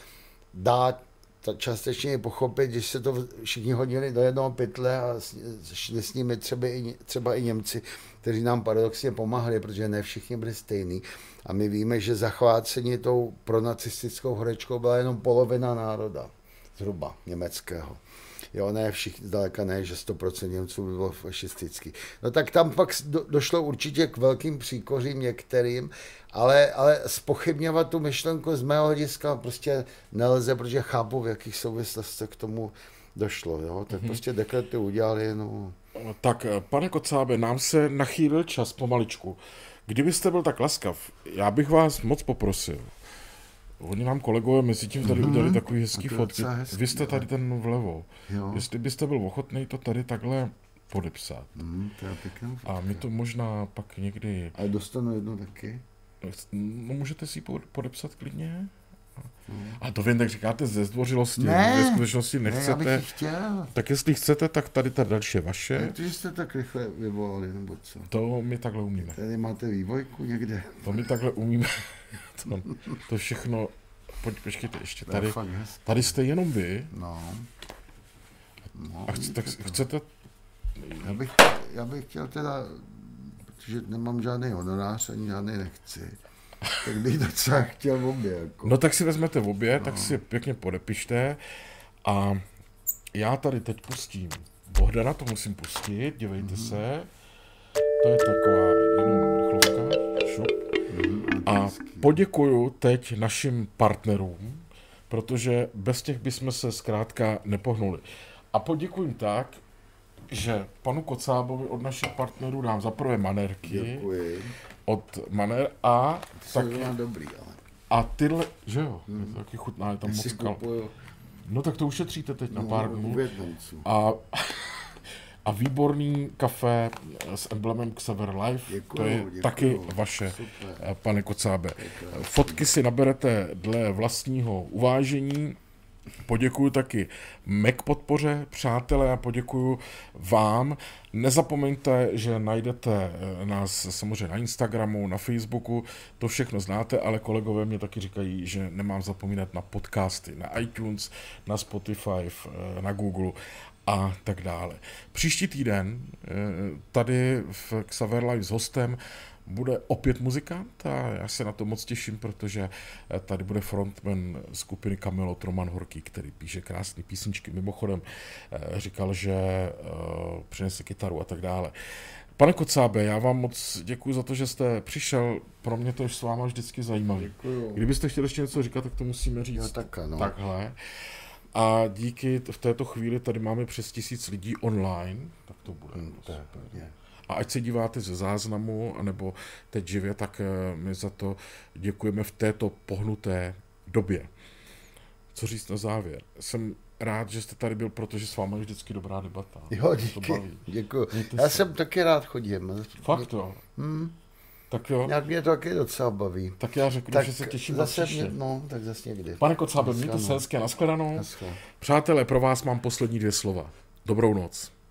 B: dá částečně pochopit, když se to všichni hodili do jednoho pytle a šli s nimi třeba i, třeba i Němci, kteří nám paradoxně pomáhali, protože ne všichni byli stejní. A my víme, že zachvácení tou pronacistickou horečkou byla jenom polovina národa, zhruba německého. Jo, ne všichni, zdaleka ne, že sto procent Němců by bylo fašistický. No tak tam pak do, došlo určitě k velkým příkořím některým, ale, ale zpochybňovat tu myšlenku z mého hlediska prostě nelze, protože chápu, v jakých souvislostech k tomu došlo. Jo? Tak mm-hmm. prostě dekrety udělali. No.
A: Tak, pane Kocábe, nám se nachýlil čas pomaličku. Kdybyste byl tak laskav, já bych vás moc poprosil. Oni nám kolegové mezi tím tady mm-hmm. udělali takový hezký fotky. Hezký, vy jste tady ten vlevo. Jo. Jestli byste byl ochotný to tady takhle podepsat.
B: Mm, to je pěkná fotka.
A: A my to možná pak někdy...
B: A dostanu jednu taky?
A: No můžete si ji podepsat klidně? Mm. A to vím, tak říkáte ze zdvořilosti.
B: Ne,
A: ve skutečnosti nechcete.
B: Ne, já bych chtěl.
A: Tak jestli chcete, tak tady ta další je vaše.
B: Protože jste tak rychle vyvolali, nebo co?
A: To my takhle umíme.
B: Tady máte vývojku někde?
A: To my takhle umíme. to, to všechno... Pojď, počkejte, ještě tady. Tady jste jenom vy.
B: No. no
A: a chc, tak chcete...
B: Já bych, já bych chtěl teda, protože nemám žádný honorář, ani žádný nechci, tak bych docela chtěl obě. Jako.
A: No tak si vezmete obě, no. tak si pěkně podepište a já tady teď pustím Bohdana, to musím pustit, dívejte mm-hmm. se. To je taková jenom rychlovka. Šup. Mm-hmm. A poděkuju teď našim partnerům, protože bez těch bychom se zkrátka nepohnuli. A poděkuju tak, že panu Kocábovi od našich partnerů dám za prvé manérky.
B: Děkuji.
A: Od manér a
B: taky dobrý, ale.
A: A tyhle, že jo, hmm. to taky chutná, je tam moc kal. No tak to ušetříte teď no, na pár dnů. A, a výborný kafe s emblemem Xaver Life, děkuju, to je děkuju. Taky vaše, super. Pane Kocábe. Děkuju. Fotky si naberete dle vlastního uvážení. Poděkuju taky Mac podpoře, přátelé, a poděkuju vám. Nezapomeňte, že najdete nás samozřejmě na Instagramu, na Facebooku, to všechno znáte, ale kolegové mě taky říkají, že nemám zapomínat na podcasty, na iTunes, na Spotify, na Google a tak dále. Příští týden tady v Xaver Live s hostem bude opět muzikant a já se na to moc těším, protože tady bude frontman skupiny Kamelot Roman Horký, který píše krásné písničky. Mimochodem říkal, že přinese kytaru a tak dále. Pane Kocábe, já vám moc děkuji za to, že jste přišel. Pro mě to je s váma vždycky zajímavé. Kdybyste chtěli ještě něco říkat, tak to musíme říct
B: jo, tak ano.
A: takhle. A díky v této chvíli tady máme přes tisíc lidí online, tak to bude. Hmm, tak, a ať se díváte ze záznamu, anebo teď živě, tak my za to děkujeme v této pohnuté době. Co říct na závěr? Jsem rád, že jste tady byl, protože s vámi je vždycky dobrá debata.
B: Jo, díky, děkuji. Já se. jsem taky rád chodím.
A: Fakt jo?
B: Hmm.
A: Tak jo.
B: Jak mě to taky docela baví.
A: Tak já řeknu, tak že se těším
B: zase
A: na příště.
B: Mě, no, tak zase někdy.
A: Pane Kocábe, mějte se hezky, nashledanou. Přátelé, pro vás mám poslední dvě slova. Dobrou noc.